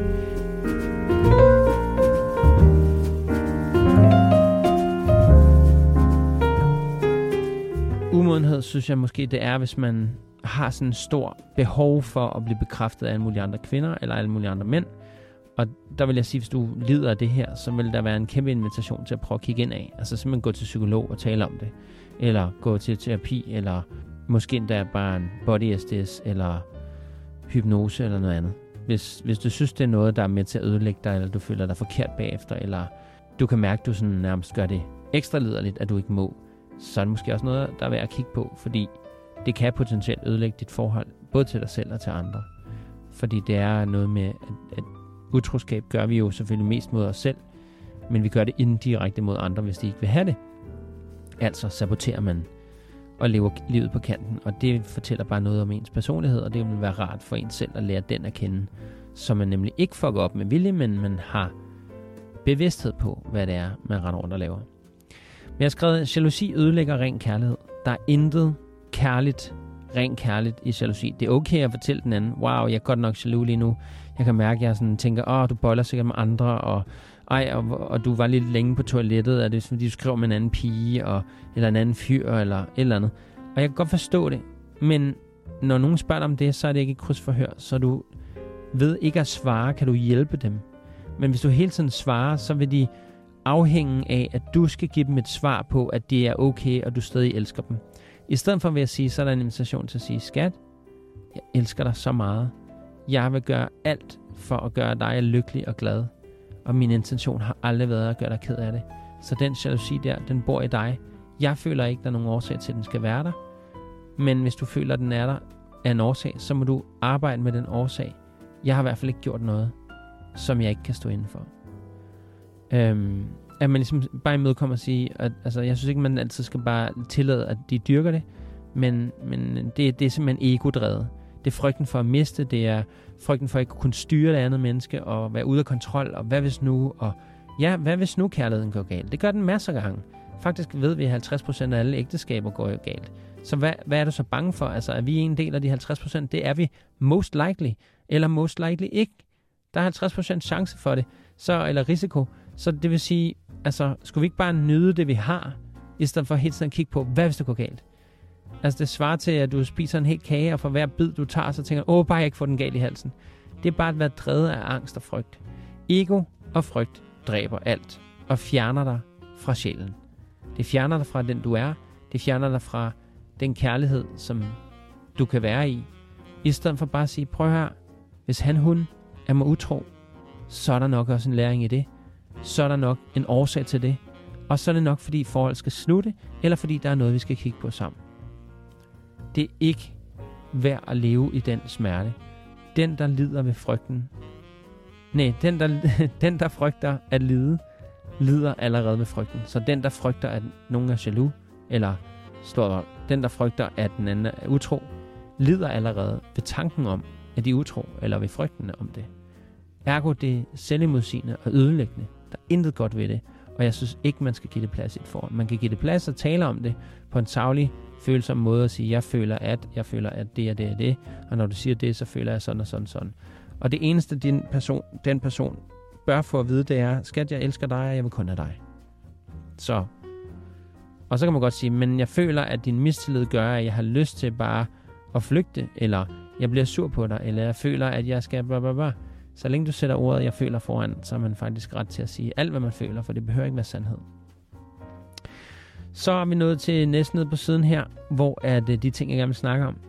Umodenhed, synes jeg måske, det er, hvis man har sådan en stor behov for at blive bekræftet af alle mulige andre kvinder, eller alle mulige andre mænd. Og der vil jeg sige, hvis du lider af det her, så vil der være en kæmpe invitation til at prøve at kigge ind af. Altså simpelthen gå til psykolog og tale om det. Eller gå til terapi, eller måske endda bare en body SDS, eller hypnose, eller noget andet. Hvis du synes, det er noget, der er med til at ødelægge dig, eller du føler dig forkert bagefter, eller du kan mærke, at du sådan nærmest gør det ekstra liderligt, at du ikke må, så er det måske også noget, der er værd at kigge på, fordi det kan potentielt ødelægge dit forhold, både til dig selv og til andre. Fordi det er noget med, at utroskab gør vi jo selvfølgelig mest mod os selv, men vi gør det indirekte mod andre, hvis de ikke vil have det. Altså saboterer man og lever livet på kanten, og det fortæller bare noget om ens personlighed, og det vil være rart for en selv at lære den at kende, så man nemlig ikke fucker op med vilje, men man har bevidsthed på, hvad det er, man render rundt og laver. Men jeg har skrevet, jalousi ødelægger ren kærlighed. Der er intet kærligt, ren kærligt i jalousi. Det er okay at fortælle den anden, wow, jeg er godt nok jaloux lige nu. Jeg kan mærke, at jeg sådan tænker, du boller sikkert med andre, og du var lidt længe på toilettet, er det fordi du skriver med en anden pige, eller en anden fyr, eller et eller andet. Og jeg kan godt forstå det, men når nogen spørger dig om det, så er det ikke et krydsforhør, så du ved ikke at svare, kan du hjælpe dem. Men hvis du hele tiden svarer, så vil de afhænge af, at du skal give dem et svar på, at det er okay, og du stadig elsker dem. I stedet for ved at sige, så er der en invitation til at sige, skat, jeg elsker dig så meget. Jeg vil gøre alt for at gøre dig lykkelig og glad. Og min intention har aldrig været at gøre dig ked af det. Så den jalousi der, den bor i dig. Jeg føler ikke, der er nogen årsag til, at den skal være der. Men hvis du føler, at den er der af en årsag, så må du arbejde med den årsag. Jeg har i hvert fald ikke gjort noget, som jeg ikke kan stå inden for. At man ligesom bare imødekommer og sige, at altså, jeg synes ikke, man altid skal bare tillade, at de dyrker det, men det er simpelthen ego-drevet. Det er frygten for at miste, det er frygten for at ikke kunne styre det andet menneske, og være ude af kontrol, og hvad hvis nu, og ja, hvad hvis nu kærligheden går galt? Det gør den masser af gange. Faktisk ved vi, at 50% af alle ægteskaber går jo galt. Så hvad er du så bange for? Altså, er vi en del af de 50%? Det er vi most likely, eller most likely ikke. Der er 50% chance for det, eller risiko. Så det vil sige, altså, skulle vi ikke bare nyde det, vi har, i stedet for hele tiden at kigge på, hvad hvis det går galt? Altså, det svarer til, at du spiser en hel kage, og for hver bid, du tager, så tænker du, bare jeg ikke får den galt i halsen. Det er bare at være drevet af angst og frygt. Ego og frygt dræber alt, og fjerner dig fra sjælen. Det fjerner dig fra den, du er. Det fjerner dig fra den kærlighed, som du kan være i stedet for bare at sige, prøv her, hvis hun er mig utro, så er der nok også en læring i det. Så er der nok en årsag til det. Og så er det nok, fordi forholdet skal slutte, eller fordi der er noget, vi skal kigge på sammen. Det er ikke værd at leve i den smerte. Den, der lider ved frygten. Nej, den, der frygter at lide, lider allerede ved frygten. Så den, der frygter, at nogen er jaloux, eller den, der frygter, at den anden er utro, lider allerede ved tanken om, at de er utro, eller ved frygten om det. Ergo det er selvimodsigende og ødelæggende. Der er intet godt ved det, og jeg synes ikke, man skal give det plads i et forhold. Man kan give det plads og tale om det på en saglig, følsom måde og sige, jeg føler, at det er det og det, og når du siger det, så føler jeg sådan og sådan og sådan. Og det eneste, den person bør få at vide, det er, skat, jeg elsker dig, og jeg vil kun have dig. Så. Og så kan man godt sige, men jeg føler, at din mistillid gør, at jeg har lyst til bare at flygte, eller jeg bliver sur på dig, eller jeg føler, at jeg skal blablabla. Så længe du sætter ordet, jeg føler foran, så er man faktisk ret til at sige alt, hvad man føler, for det behøver ikke være sandhed. Så er vi nået til næsten nede på siden her, hvor er det de ting, jeg gerne vil snakke om.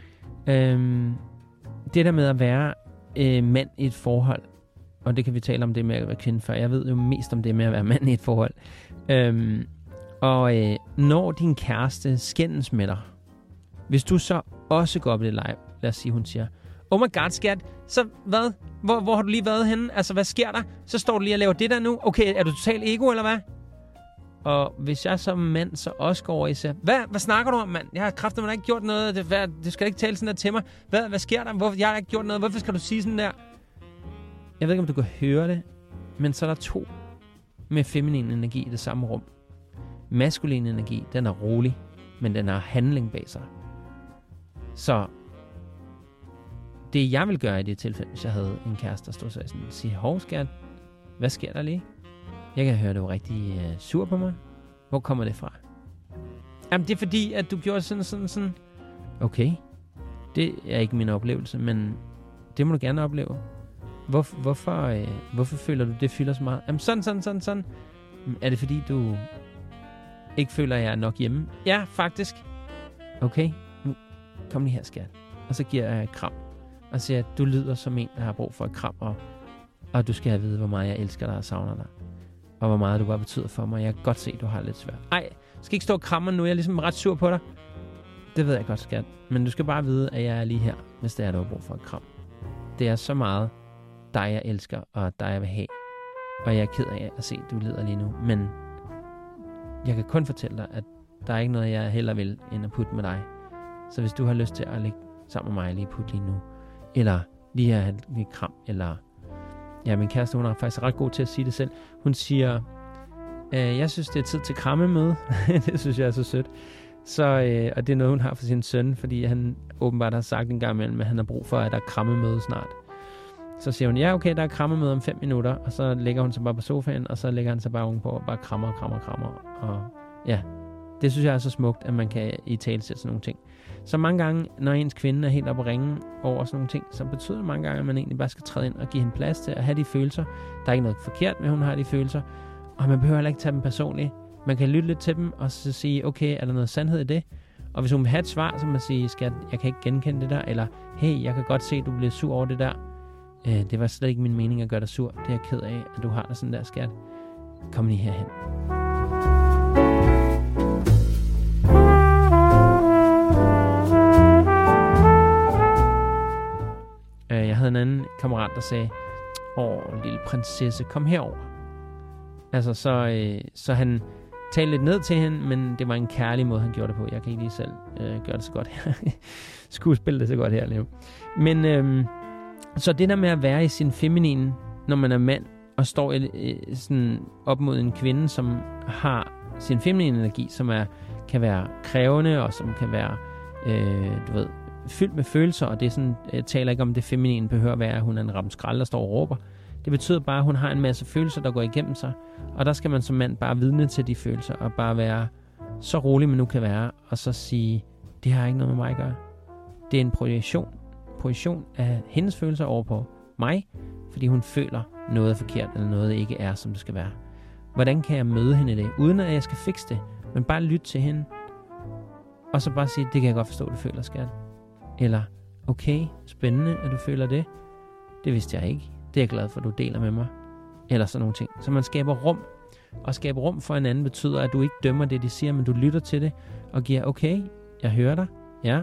Det der med at være mand i et forhold, og det kan vi tale om det med at være kvinde før. Jeg ved jo mest om det med at være mand i et forhold. Når din kæreste skændes med dig, hvis du så også går op i det live, lad os sige, hun siger, oh my god, skat, så hvad? Hvor har du lige været henne? Altså, hvad sker der? Så står du lige og laver det der nu. Okay, er du totalt ego, eller hvad? Og hvis jeg som mand så også går over og siger, hvad snakker du om, mand? Jeg har kraftedeme ikke gjort noget. Det skal ikke tale sådan der til mig. Hvad sker der? Jeg har ikke gjort noget. Hvorfor skal du sige sådan der? Jeg ved ikke, om du kan høre det, men så er der to med feminin energi i det samme rum. Maskulin energi, den er rolig, men den har handling bag sig. Så det jeg vil gøre i det tilfælde, hvis jeg havde en kæreste, der stod sådan og sige, hov skat, hvad sker der lige? Jeg kan høre, at du er rigtig sur på mig. Hvor kommer det fra? Jamen, det er fordi, at du gjorde sådan. Okay, det er ikke min oplevelse, men det må du gerne opleve. Hvorfor føler du, det fylder så meget? Jamen, sådan. Er det fordi, du ikke føler, at jeg er nok hjemme? Ja, faktisk. Okay, nu kom lige her, skat. Og så giver jeg et kram. Og siger, at du lyder som en, der har brug for et kram, og du skal have at vide, hvor meget jeg elsker dig og savner dig. Og hvor meget du bare betyder for mig. Jeg kan godt se, at du har lidt svært. Ej, skal ikke stå og kramme nu. Jeg er ligesom ret sur på dig. Det ved jeg godt, skat. Men du skal bare vide, at jeg er lige her, hvis det er, du har brug for et kram. Det er så meget dig, jeg elsker, og dig, jeg vil have. Og jeg er ked af at se, at du lider lige nu. Men jeg kan kun fortælle dig, at der er ikke noget, jeg hellere vil, end at putte med dig. Så hvis du har lyst til at ligge sammen med mig, lige putte lige nu, eller lige at have et kram, eller min kæreste, hun er faktisk ret god til at sige det selv. Hun siger, jeg synes, det er tid til krammemøde. Det synes jeg er så sødt. Så, og det er noget, hun har for sin søn, fordi han åbenbart har sagt en gang imellem, at han har brug for, at der er krammemøde snart. Så siger hun, ja okay, der er krammemøde om 5 minutter, og så lægger hun sig bare på sofaen, og så lægger han sig bare ovenpå og bare krammer. Og ja, det synes jeg er så smukt, at man kan i tale sætte sådan nogle ting. Så mange gange, når ens kvinde er helt oppe at ringe over sådan nogle ting, så betyder det mange gange, at man egentlig bare skal træde ind og give hende plads til at have de følelser. Der er ikke noget forkert med, at hun har de følelser, og man behøver heller ikke tage dem personligt. Man kan lytte lidt til dem, og så sige, okay, er der noget sandhed i det? Og hvis hun vil have et svar, så må man sige, skat, jeg kan ikke genkende det der, eller hey, jeg kan godt se, at du bliver sur over det der. Det var slet ikke min mening at gøre dig sur. Det er jeg ked af, at du har det sådan der, skat. Kom lige herhen. Jeg havde en anden kammerat, der sagde, lille prinsesse, kom herover. Altså, så han talte lidt ned til hende, men det var en kærlig måde, han gjorde det på. Jeg kan ikke lige selv gøre det så godt her. Skuespille det så godt her, Leo. Men så det der med at være i sin feminine, når man er mand, og står sådan op mod en kvinde, som har sin feminine energi, som kan være krævende, og som kan være, fyldt med følelser, og det er sådan, jeg taler ikke om det feminine behøver at være, at hun er en ramskrald, der står og råber. Det betyder bare, at hun har en masse følelser, der går igennem sig, og der skal man som mand bare vidne til de følelser, og bare være så rolig, man nu kan være, og så sige, det har ikke noget med mig at gøre. Det er en projektion af hendes følelser over på mig, fordi hun føler noget er forkert, eller noget ikke er, som det skal være. Hvordan kan jeg møde hende i det, uden at jeg skal fikse det, men bare lytte til hende, og så bare sige, det kan jeg godt forstå, du føler, skat. Eller, okay, spændende, at du føler det. Det vidste jeg ikke. Det er jeg glad for, at du deler med mig. Eller sådan nogle ting. Så man skaber rum. Og skabe rum for en anden betyder, at du ikke dømmer det, de siger, men du lytter til det, og giver, okay, jeg hører dig. Ja.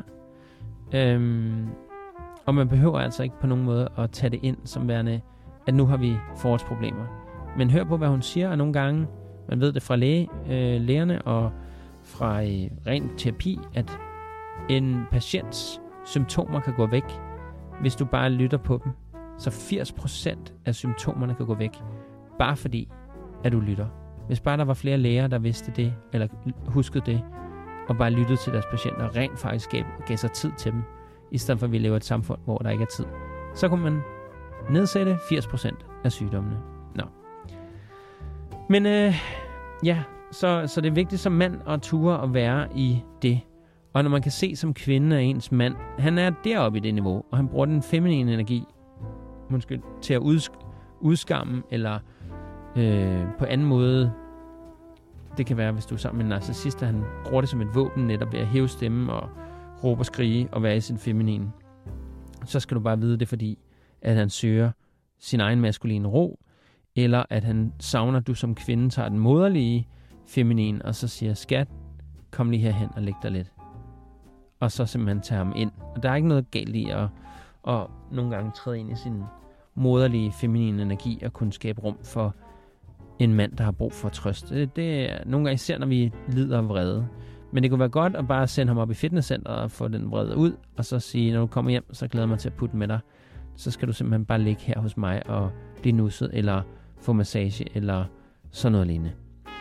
Og man behøver altså ikke på nogen måde at tage det ind som værende, at nu har vi forholdsproblemer. Men hør på, hvad hun siger, og nogle gange, man ved det fra lægerne og fra ren terapi, at en patients symptomer kan gå væk, hvis du bare lytter på dem. Så 80% af symptomerne kan gå væk, bare fordi, at du lytter. Hvis bare der var flere læger, der vidste det, eller huskede det, og bare lyttede til deres patienter, og rent faktisk gav sig tid til dem, i stedet for at vi lever i et samfund, hvor der ikke er tid, så kunne man nedsætte 80% af sygdommene. Nå. Men så det er vigtigt som mand at ture at være i det. Og når man kan se som kvinde af ens mand, han er deroppe i det niveau, og han bruger den feminine energi til at udskamme, eller på anden måde, det kan være, hvis du er sammen med en narcissist, han bruger det som et våben, netop ved at hæve stemmen og råbe og skrige og være i sin feminine. Så skal du bare vide det, fordi at han søger sin egen maskuline ro, eller at han savner, at du som kvinde tager den moderlige feminine, og så siger, skat, kom lige herhen og læg dig lidt. Og så simpelthen tager ham ind. Og der er ikke noget galt i at nogle gange træde ind i sin moderlige feminine energi og kunne skabe rum for en mand, der har brug for trøst. Det er nogle gange især, når vi lider af vrede. Men det kunne være godt at bare sende ham op i fitnesscenteret og få den vrede ud, og så sige, når du kommer hjem, så glæder jeg mig til at putte med dig. Så skal du simpelthen bare ligge her hos mig og blive nusset, eller få massage, eller sådan noget lignende.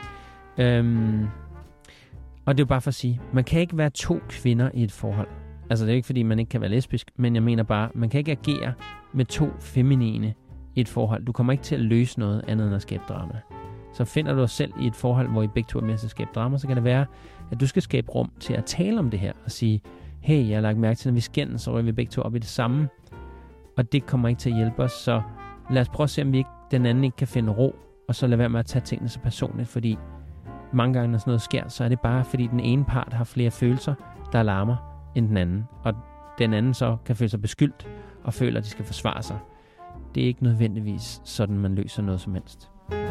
Og det er jo bare for at sige, man kan ikke være 2 kvinder i et forhold. Altså det er jo ikke, fordi man ikke kan være lesbisk, men jeg mener bare, man kan ikke agere med 2 feminine i et forhold. Du kommer ikke til at løse noget andet end at skabe drama. Så finder du dig selv i et forhold, hvor I begge 2 er med til at skabe drama, så kan det være, at du skal skabe rum til at tale om det her, og sige, hey, jeg har lagt mærke til, når vi skændes, så er vi begge 2 op i det samme. Og det kommer ikke til at hjælpe os, så lad os prøve at se, om den anden ikke kan finde ro, og så lad være med at tage tingene så personligt, fordi mange gange, når sådan noget sker, så er det bare, fordi den ene part har flere følelser, der larmer, end den anden. Og den anden så kan føle sig beskyldt, og føler, at de skal forsvare sig. Det er ikke nødvendigvis sådan, man løser noget som helst.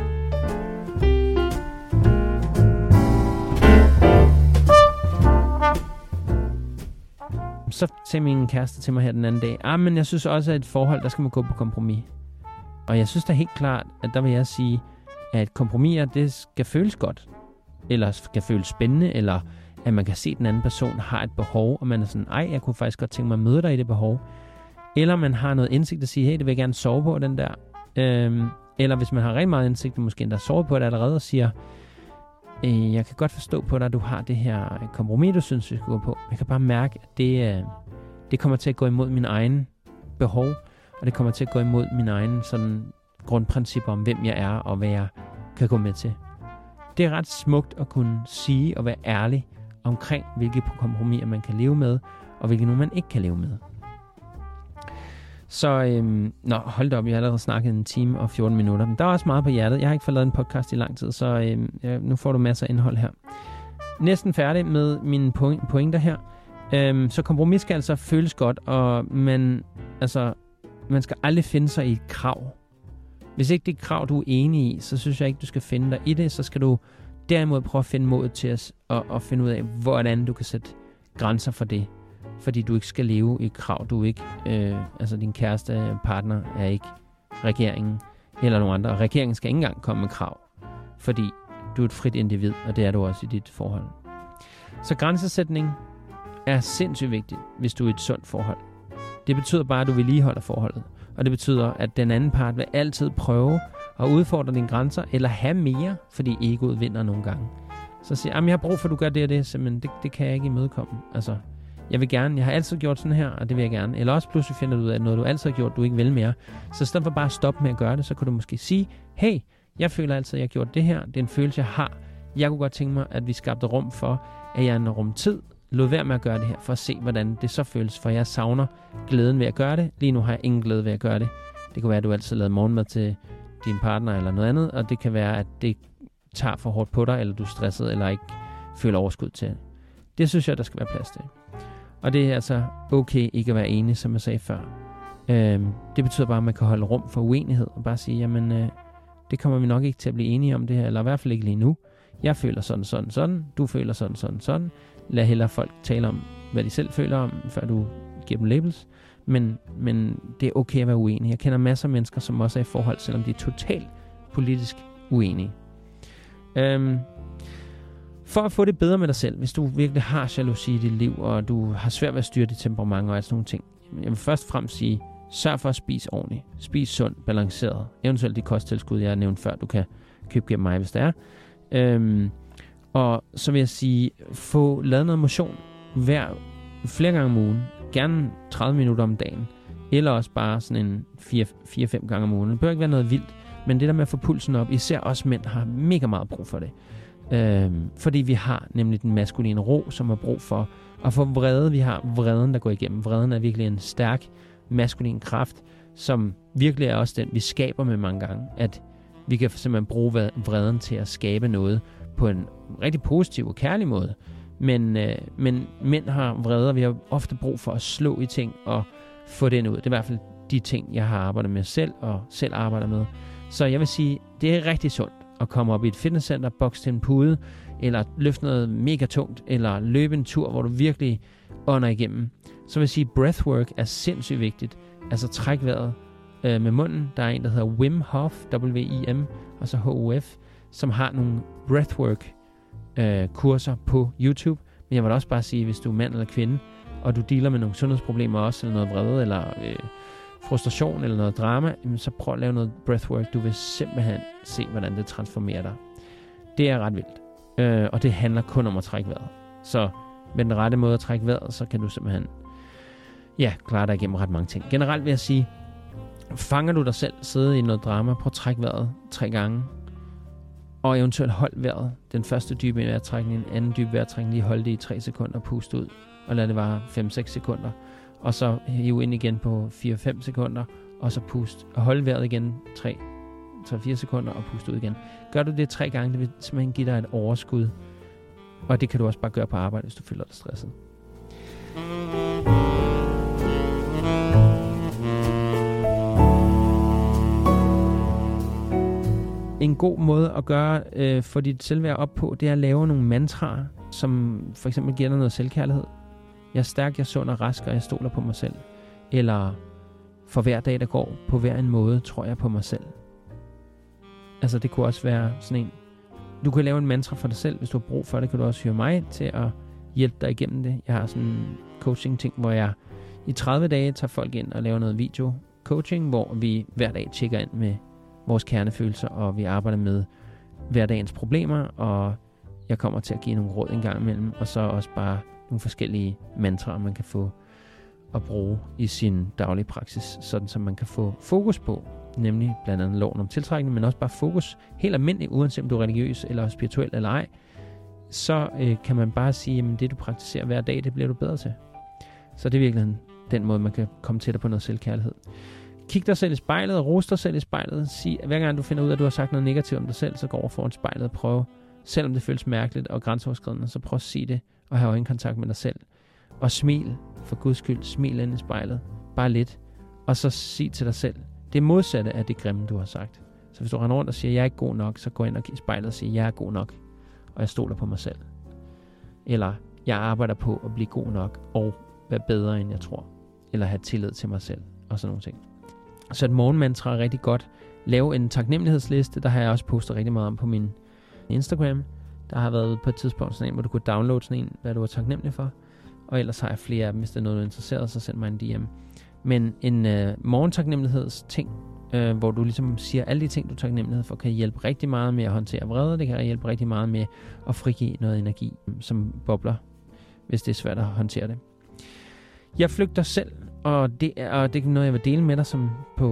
Så sagde min kæreste til mig her den anden dag, men jeg synes også, at et forhold, der skal man gå på kompromis. Og jeg synes da helt klart, at der vil jeg sige, at kompromiser, det skal føles godt. Eller skal føles spændende, eller at man kan se, at den anden person har et behov, og man er sådan, jeg kunne faktisk godt tænke mig at møde dig i det behov. Eller man har noget indsigt at sige, hey, det vil jeg gerne sove på, den der Eller hvis man har rigtig meget indsigt, og måske endda sover på det allerede, og siger, jeg kan godt forstå på dig, at du har det her kompromis, du synes, vi skal gå på. Jeg kan bare mærke, at det kommer til at gå imod mine egne behov, og det kommer til at gå imod mine egne sådan grundprincipper om, hvem jeg er, og hvad jeg kan gå med til. Det er ret smukt at kunne sige og være ærlig omkring, hvilke kompromiser man kan leve med, og hvilke nu man ikke kan leve med. Så hold da op, jeg har allerede snakket 1 time og 14 minutter. Men der er også meget på hjertet. Jeg har ikke fået lavet en podcast i lang tid, så nu får du masser af indhold her. Næsten færdig med mine pointer her. Så kompromis skal altså føles godt, og man skal aldrig finde sig i et krav. Hvis ikke det er et krav, du er enig i, så synes jeg ikke, du skal finde dig i det. Så skal du derimod prøve at finde modet til at finde ud af, hvordan du kan sætte grænser for det. Fordi du ikke skal leve i et krav. Du er ikke, din kæreste, partner er ikke regeringen eller nogen andre. Og regeringen skal ikke engang komme med krav. Fordi du er et frit individ, og det er du også i dit forhold. Så grænsesætning er sindssygt vigtigt, hvis du er i et sundt forhold. Det betyder bare, at du vedligeholder forholdet. Og det betyder, at den anden part vil altid prøve at udfordre dine grænser, eller have mere, fordi egoet vinder nogle gange. Så siger jeg har brug for, at du gør det og det, simpelthen, det kan jeg ikke imødekomme. Altså, jeg har altid gjort sådan her, og det vil jeg gerne. Eller også pludselig finder du ud af, at noget du altid har gjort, du ikke vil mere. Så i stedet for bare at stoppe med at gøre det, så kan du måske sige, hey, jeg føler altid, at jeg har gjort det her. Det er en følelse, jeg har. Jeg kunne godt tænke mig, at vi skabte rum for, at jeg en rumtid lod være med at gøre det her, for at se, hvordan det så føles. For jeg savner glæden ved at gøre det. Lige nu har jeg ingen glæde ved at gøre det. Det kan være, at du altid lavede morgenmad til din partner eller noget andet, og det kan være, at det tager for hårdt på dig, eller du er stresset, eller ikke føler overskud til det. Det synes jeg, der skal være plads til. Og det er altså okay ikke at være enig, som jeg sagde før. Det betyder bare, at man kan holde rum for uenighed, og bare sige, jamen, det kommer vi nok ikke til at blive enige om det her, eller i hvert fald ikke lige nu. Jeg føler sådan, du føler sådan. Lad hellere folk tale om, hvad de selv føler om, før du giver dem labels. Men det er okay at være uenig. Jeg kender masser af mennesker, som også er i forhold, selvom de er totalt politisk uenige. For at få det bedre med dig selv, hvis du virkelig har jalousi i dit liv, og du har svært ved at styre dit temperament og sådan nogle ting. Jeg vil først og fremmest sige, sørg for at spise ordentligt. Spis sundt, balanceret. Eventuelt de kosttilskud, jeg har nævnt før, du kan købe gennem mig, hvis det er. Og så vil jeg sige, få lavet noget motion flere gange om ugen. Gerne 30 minutter om dagen. Eller også bare sådan en 4-5 gange om ugen. Det bør ikke være noget vildt, men det der med at få pulsen op, især os mænd har mega meget brug for det. Fordi vi har nemlig den maskuline ro, som har brug for at få vrede. Vi har vreden, der går igennem. Vreden er virkelig en stærk maskulin kraft, som virkelig er også den, vi skaber med mange gange. At vi kan simpelthen bruge vreden til at skabe noget på en rigtig positiv og kærlig måde. Men mænd har vrede, og vi har ofte brug for at slå i ting og få den ud. Det er i hvert fald de ting, jeg har arbejdet med selv og selv arbejder med. Så jeg vil sige, det er rigtig sundt at komme op i et fitnesscenter, bokse til en pude, eller løfte noget mega tungt, eller løbe en tur, hvor du virkelig ånder igennem. Så vil jeg sige, breathwork er sindssygt vigtigt. Altså træk vejret med munden. Der er en, der hedder Wim Hof, W-I-M, og så H-O-F, som har nogle breathwork kurser på YouTube. Men jeg vil også bare sige, hvis du er mand eller kvinde, og du dealer med nogle sundhedsproblemer også, eller noget vrede, eller frustration, eller noget drama, så prøv at lave noget breathwork. Du vil simpelthen se, hvordan det transformerer dig. Det er ret vildt. Og det handler kun om at trække vejret. Så med den rette måde at trække vejret, så kan du simpelthen klare dig igennem ret mange ting. Generelt vil jeg sige, fanger du dig selv sidde i noget drama, prøv at trække vejret 3 gange. Og eventuelt hold vejret. Den første dybe vejrtrækning, den anden dybe vejrtrækning, lige hold det i 3 sekunder, pust ud, og lad det vare 5-6 sekunder. Og så hive ind igen på 4-5 sekunder, og så pust. Og hold vejret igen 3-4 sekunder, og pust ud igen. Gør du det 3 gange, det vil simpelthen give dig et overskud. Og det kan du også bare gøre på arbejde, hvis du føler dig stresset. En god måde at gøre få dit selvværd op på, det er at lave nogle mantraer, som for eksempel giver dig noget selvkærlighed. Jeg er stærk, jeg er sund og rask, og jeg stoler på mig selv. Eller for hver dag, der går, på hver en måde, tror jeg på mig selv. Altså det kunne også være sådan en. Du kan lave en mantra for dig selv. Hvis du har brug for det, kan du også hyre mig til at hjælpe dig igennem det. Jeg har sådan en coaching ting, hvor jeg i 30 dage tager folk ind og laver noget video coaching, hvor vi hver dag tjekker ind med vores kernefølelser, og vi arbejder med hverdagens problemer, og jeg kommer til at give nogle råd en gang imellem, og så også bare nogle forskellige mantraer, man kan få at bruge i sin daglige praksis, sådan som man kan få fokus på, nemlig blandt andet loven om tiltrækning, men også bare fokus helt almindeligt, uanset om du er religiøs eller spirituel eller ej, så kan man bare sige, at det du praktiserer hver dag, det bliver du bedre til. Så det er virkelig den måde, man kan komme tættere på noget selvkærlighed. Kig dig selv i spejlet og ros dig selv i spejlet. Sig, hver gang du finder ud af, at du har sagt noget negativt om dig selv, så gå over foran spejlet og prøv, selvom det føles mærkeligt og grænseoverskridende, så prøv at sige det og have øjenkontakt med dig selv. Og smil, for guds skyld, smil ind i spejlet. Bare lidt. Og så sig til dig selv, det modsatte af det grimme, du har sagt. Så hvis du render rundt og siger, jeg er ikke god nok, så gå ind og i spejlet og sige, jeg er god nok, og jeg stoler på mig selv. Eller, jeg arbejder på at blive god nok og være bedre, end jeg tror. Eller have tillid til mig selv, og sådan nogle ting. Så et morgenmantra er rigtig godt. Lav en taknemmelighedsliste, der har jeg også postet rigtig meget om på min Instagram. Der har været på et tidspunkt sådan en, hvor du kunne downloade sådan en, hvad du er taknemmelig for. Og ellers har jeg flere af dem, hvis der er noget, du er interesseret, så send mig en DM. Men en morgentaknemmelighedsting, hvor du ligesom siger, alle de ting, du er taknemmelig for, kan hjælpe rigtig meget med at håndtere vrede. Det kan hjælpe rigtig meget med at frigive noget energi, som bobler, hvis det er svært at håndtere det. Jeg flygter selv, og det er noget, jeg vil dele med dig som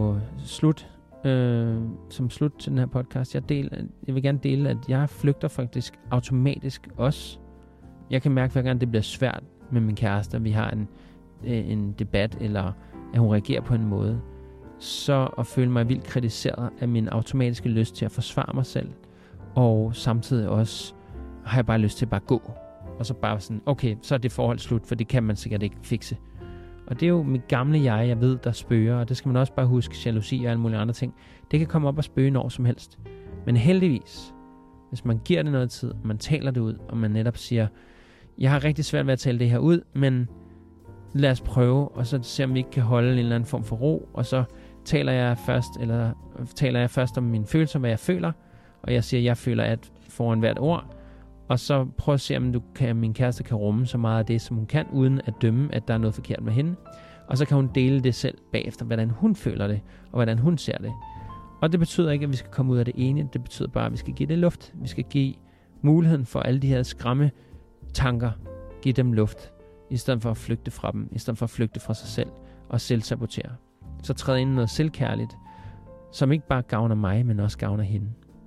slut til den her podcast. Jeg vil gerne dele, at jeg flygter faktisk automatisk også. Jeg kan mærke, hver gang det bliver svært med min kæreste, og vi har en debat, eller at hun reagerer på en måde, så at føle mig vildt kritiseret af min automatiske lyst til at forsvare mig selv, og samtidig også har jeg bare lyst til at bare gå, og så bare sådan, okay, så er det forhold slut, for det kan man sikkert ikke fikse. Og det er jo mit gamle jeg ved, der spøger, og det skal man også bare huske, jalousi og alle mulige andre ting. Det kan komme op og spøge når som helst. Men heldigvis, hvis man giver det noget tid, og man taler det ud, og man netop siger, jeg har rigtig svært ved at tale det her ud, men lad os prøve, og så se om vi ikke kan holde en eller anden form for ro, og så taler jeg først om mine følelser, hvad jeg føler, og jeg siger, jeg føler at foran hvert ord, og så prøv at se, om min kæreste kan rumme så meget af det, som hun kan, uden at dømme, at der er noget forkert med hende. Og så kan hun dele det selv bagefter, hvordan hun føler det, og hvordan hun ser det. Og det betyder ikke, at vi skal komme ud af det ene. Det betyder bare, at vi skal give det luft. Vi skal give muligheden for alle de her skræmme tanker, give dem luft, i stedet for at flygte fra dem, i stedet for at flygte fra sig selv og selvsabotere. Så træd ind noget selvkærligt, som ikke bare gavner mig, men også gavner hende.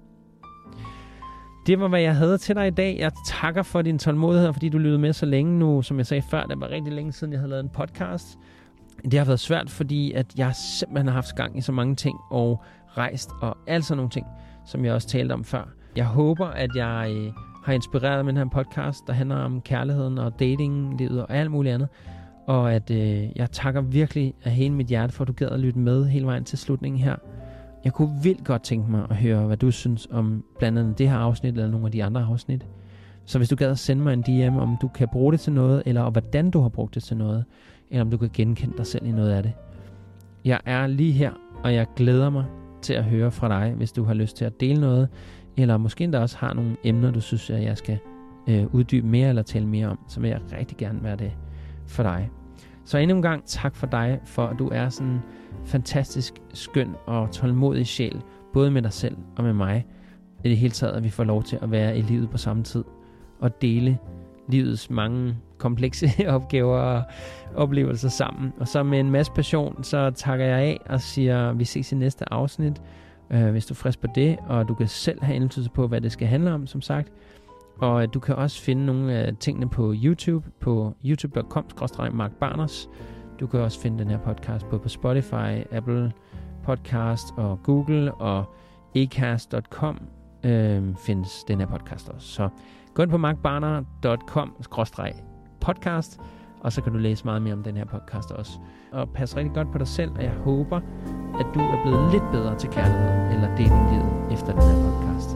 Det var, hvad jeg havde til dig i dag. Jeg takker for din tålmodighed, fordi du lyttede med så længe nu. Som jeg sagde før, det var rigtig længe siden, jeg havde lavet en podcast. Det har været svært, fordi at jeg simpelthen har haft gang i så mange ting, og rejst og alt sådan nogle ting, som jeg også talte om før. Jeg håber, at jeg har inspireret med den her podcast, der handler om kærligheden og datinglivet og alt muligt andet. Og at jeg takker virkelig af hele mit hjerte, for at du gad at lytte med hele vejen til slutningen her. Jeg kunne vildt godt tænke mig at høre, hvad du synes om blandt andet det her afsnit, eller nogle af de andre afsnit. Så hvis du gad at sende mig en DM, om du kan bruge det til noget, eller hvordan du har brugt det til noget, eller om du kan genkende dig selv i noget af det. Jeg er lige her, og jeg glæder mig til at høre fra dig, hvis du har lyst til at dele noget, eller måske endda også har nogle emner, du synes, at jeg skal uddybe mere eller tale mere om, så vil jeg rigtig gerne være det for dig. Så endnu en gang tak for dig, for at du er sådan fantastisk skøn og tålmodig sjæl, både med dig selv og med mig. I det hele taget, at vi får lov til at være i livet på samme tid, og dele livets mange komplekse opgaver og oplevelser sammen. Og så med en masse passion, så takker jeg af og siger, vi ses i næste afsnit, hvis du er frisk på det, og du kan selv have indflydelse på, hvad det skal handle om, som sagt. Og du kan også finde nogle af tingene på YouTube, på youtube.com/Mark Barners. Du kan også finde den her podcast både på Spotify, Apple Podcast og Google, og acast.com findes den her podcast også. Så gå ind på markbarner.com/podcast, og så kan du læse meget mere om den her podcast også. Og pas rigtig godt på dig selv, og jeg håber, at du er blevet lidt bedre til kærlighed eller datinglivet efter den her podcast.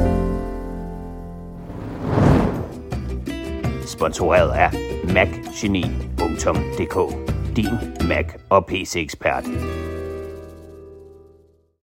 Sponsoreret af macgeni.dk. Din Mac- og PC-ekspert.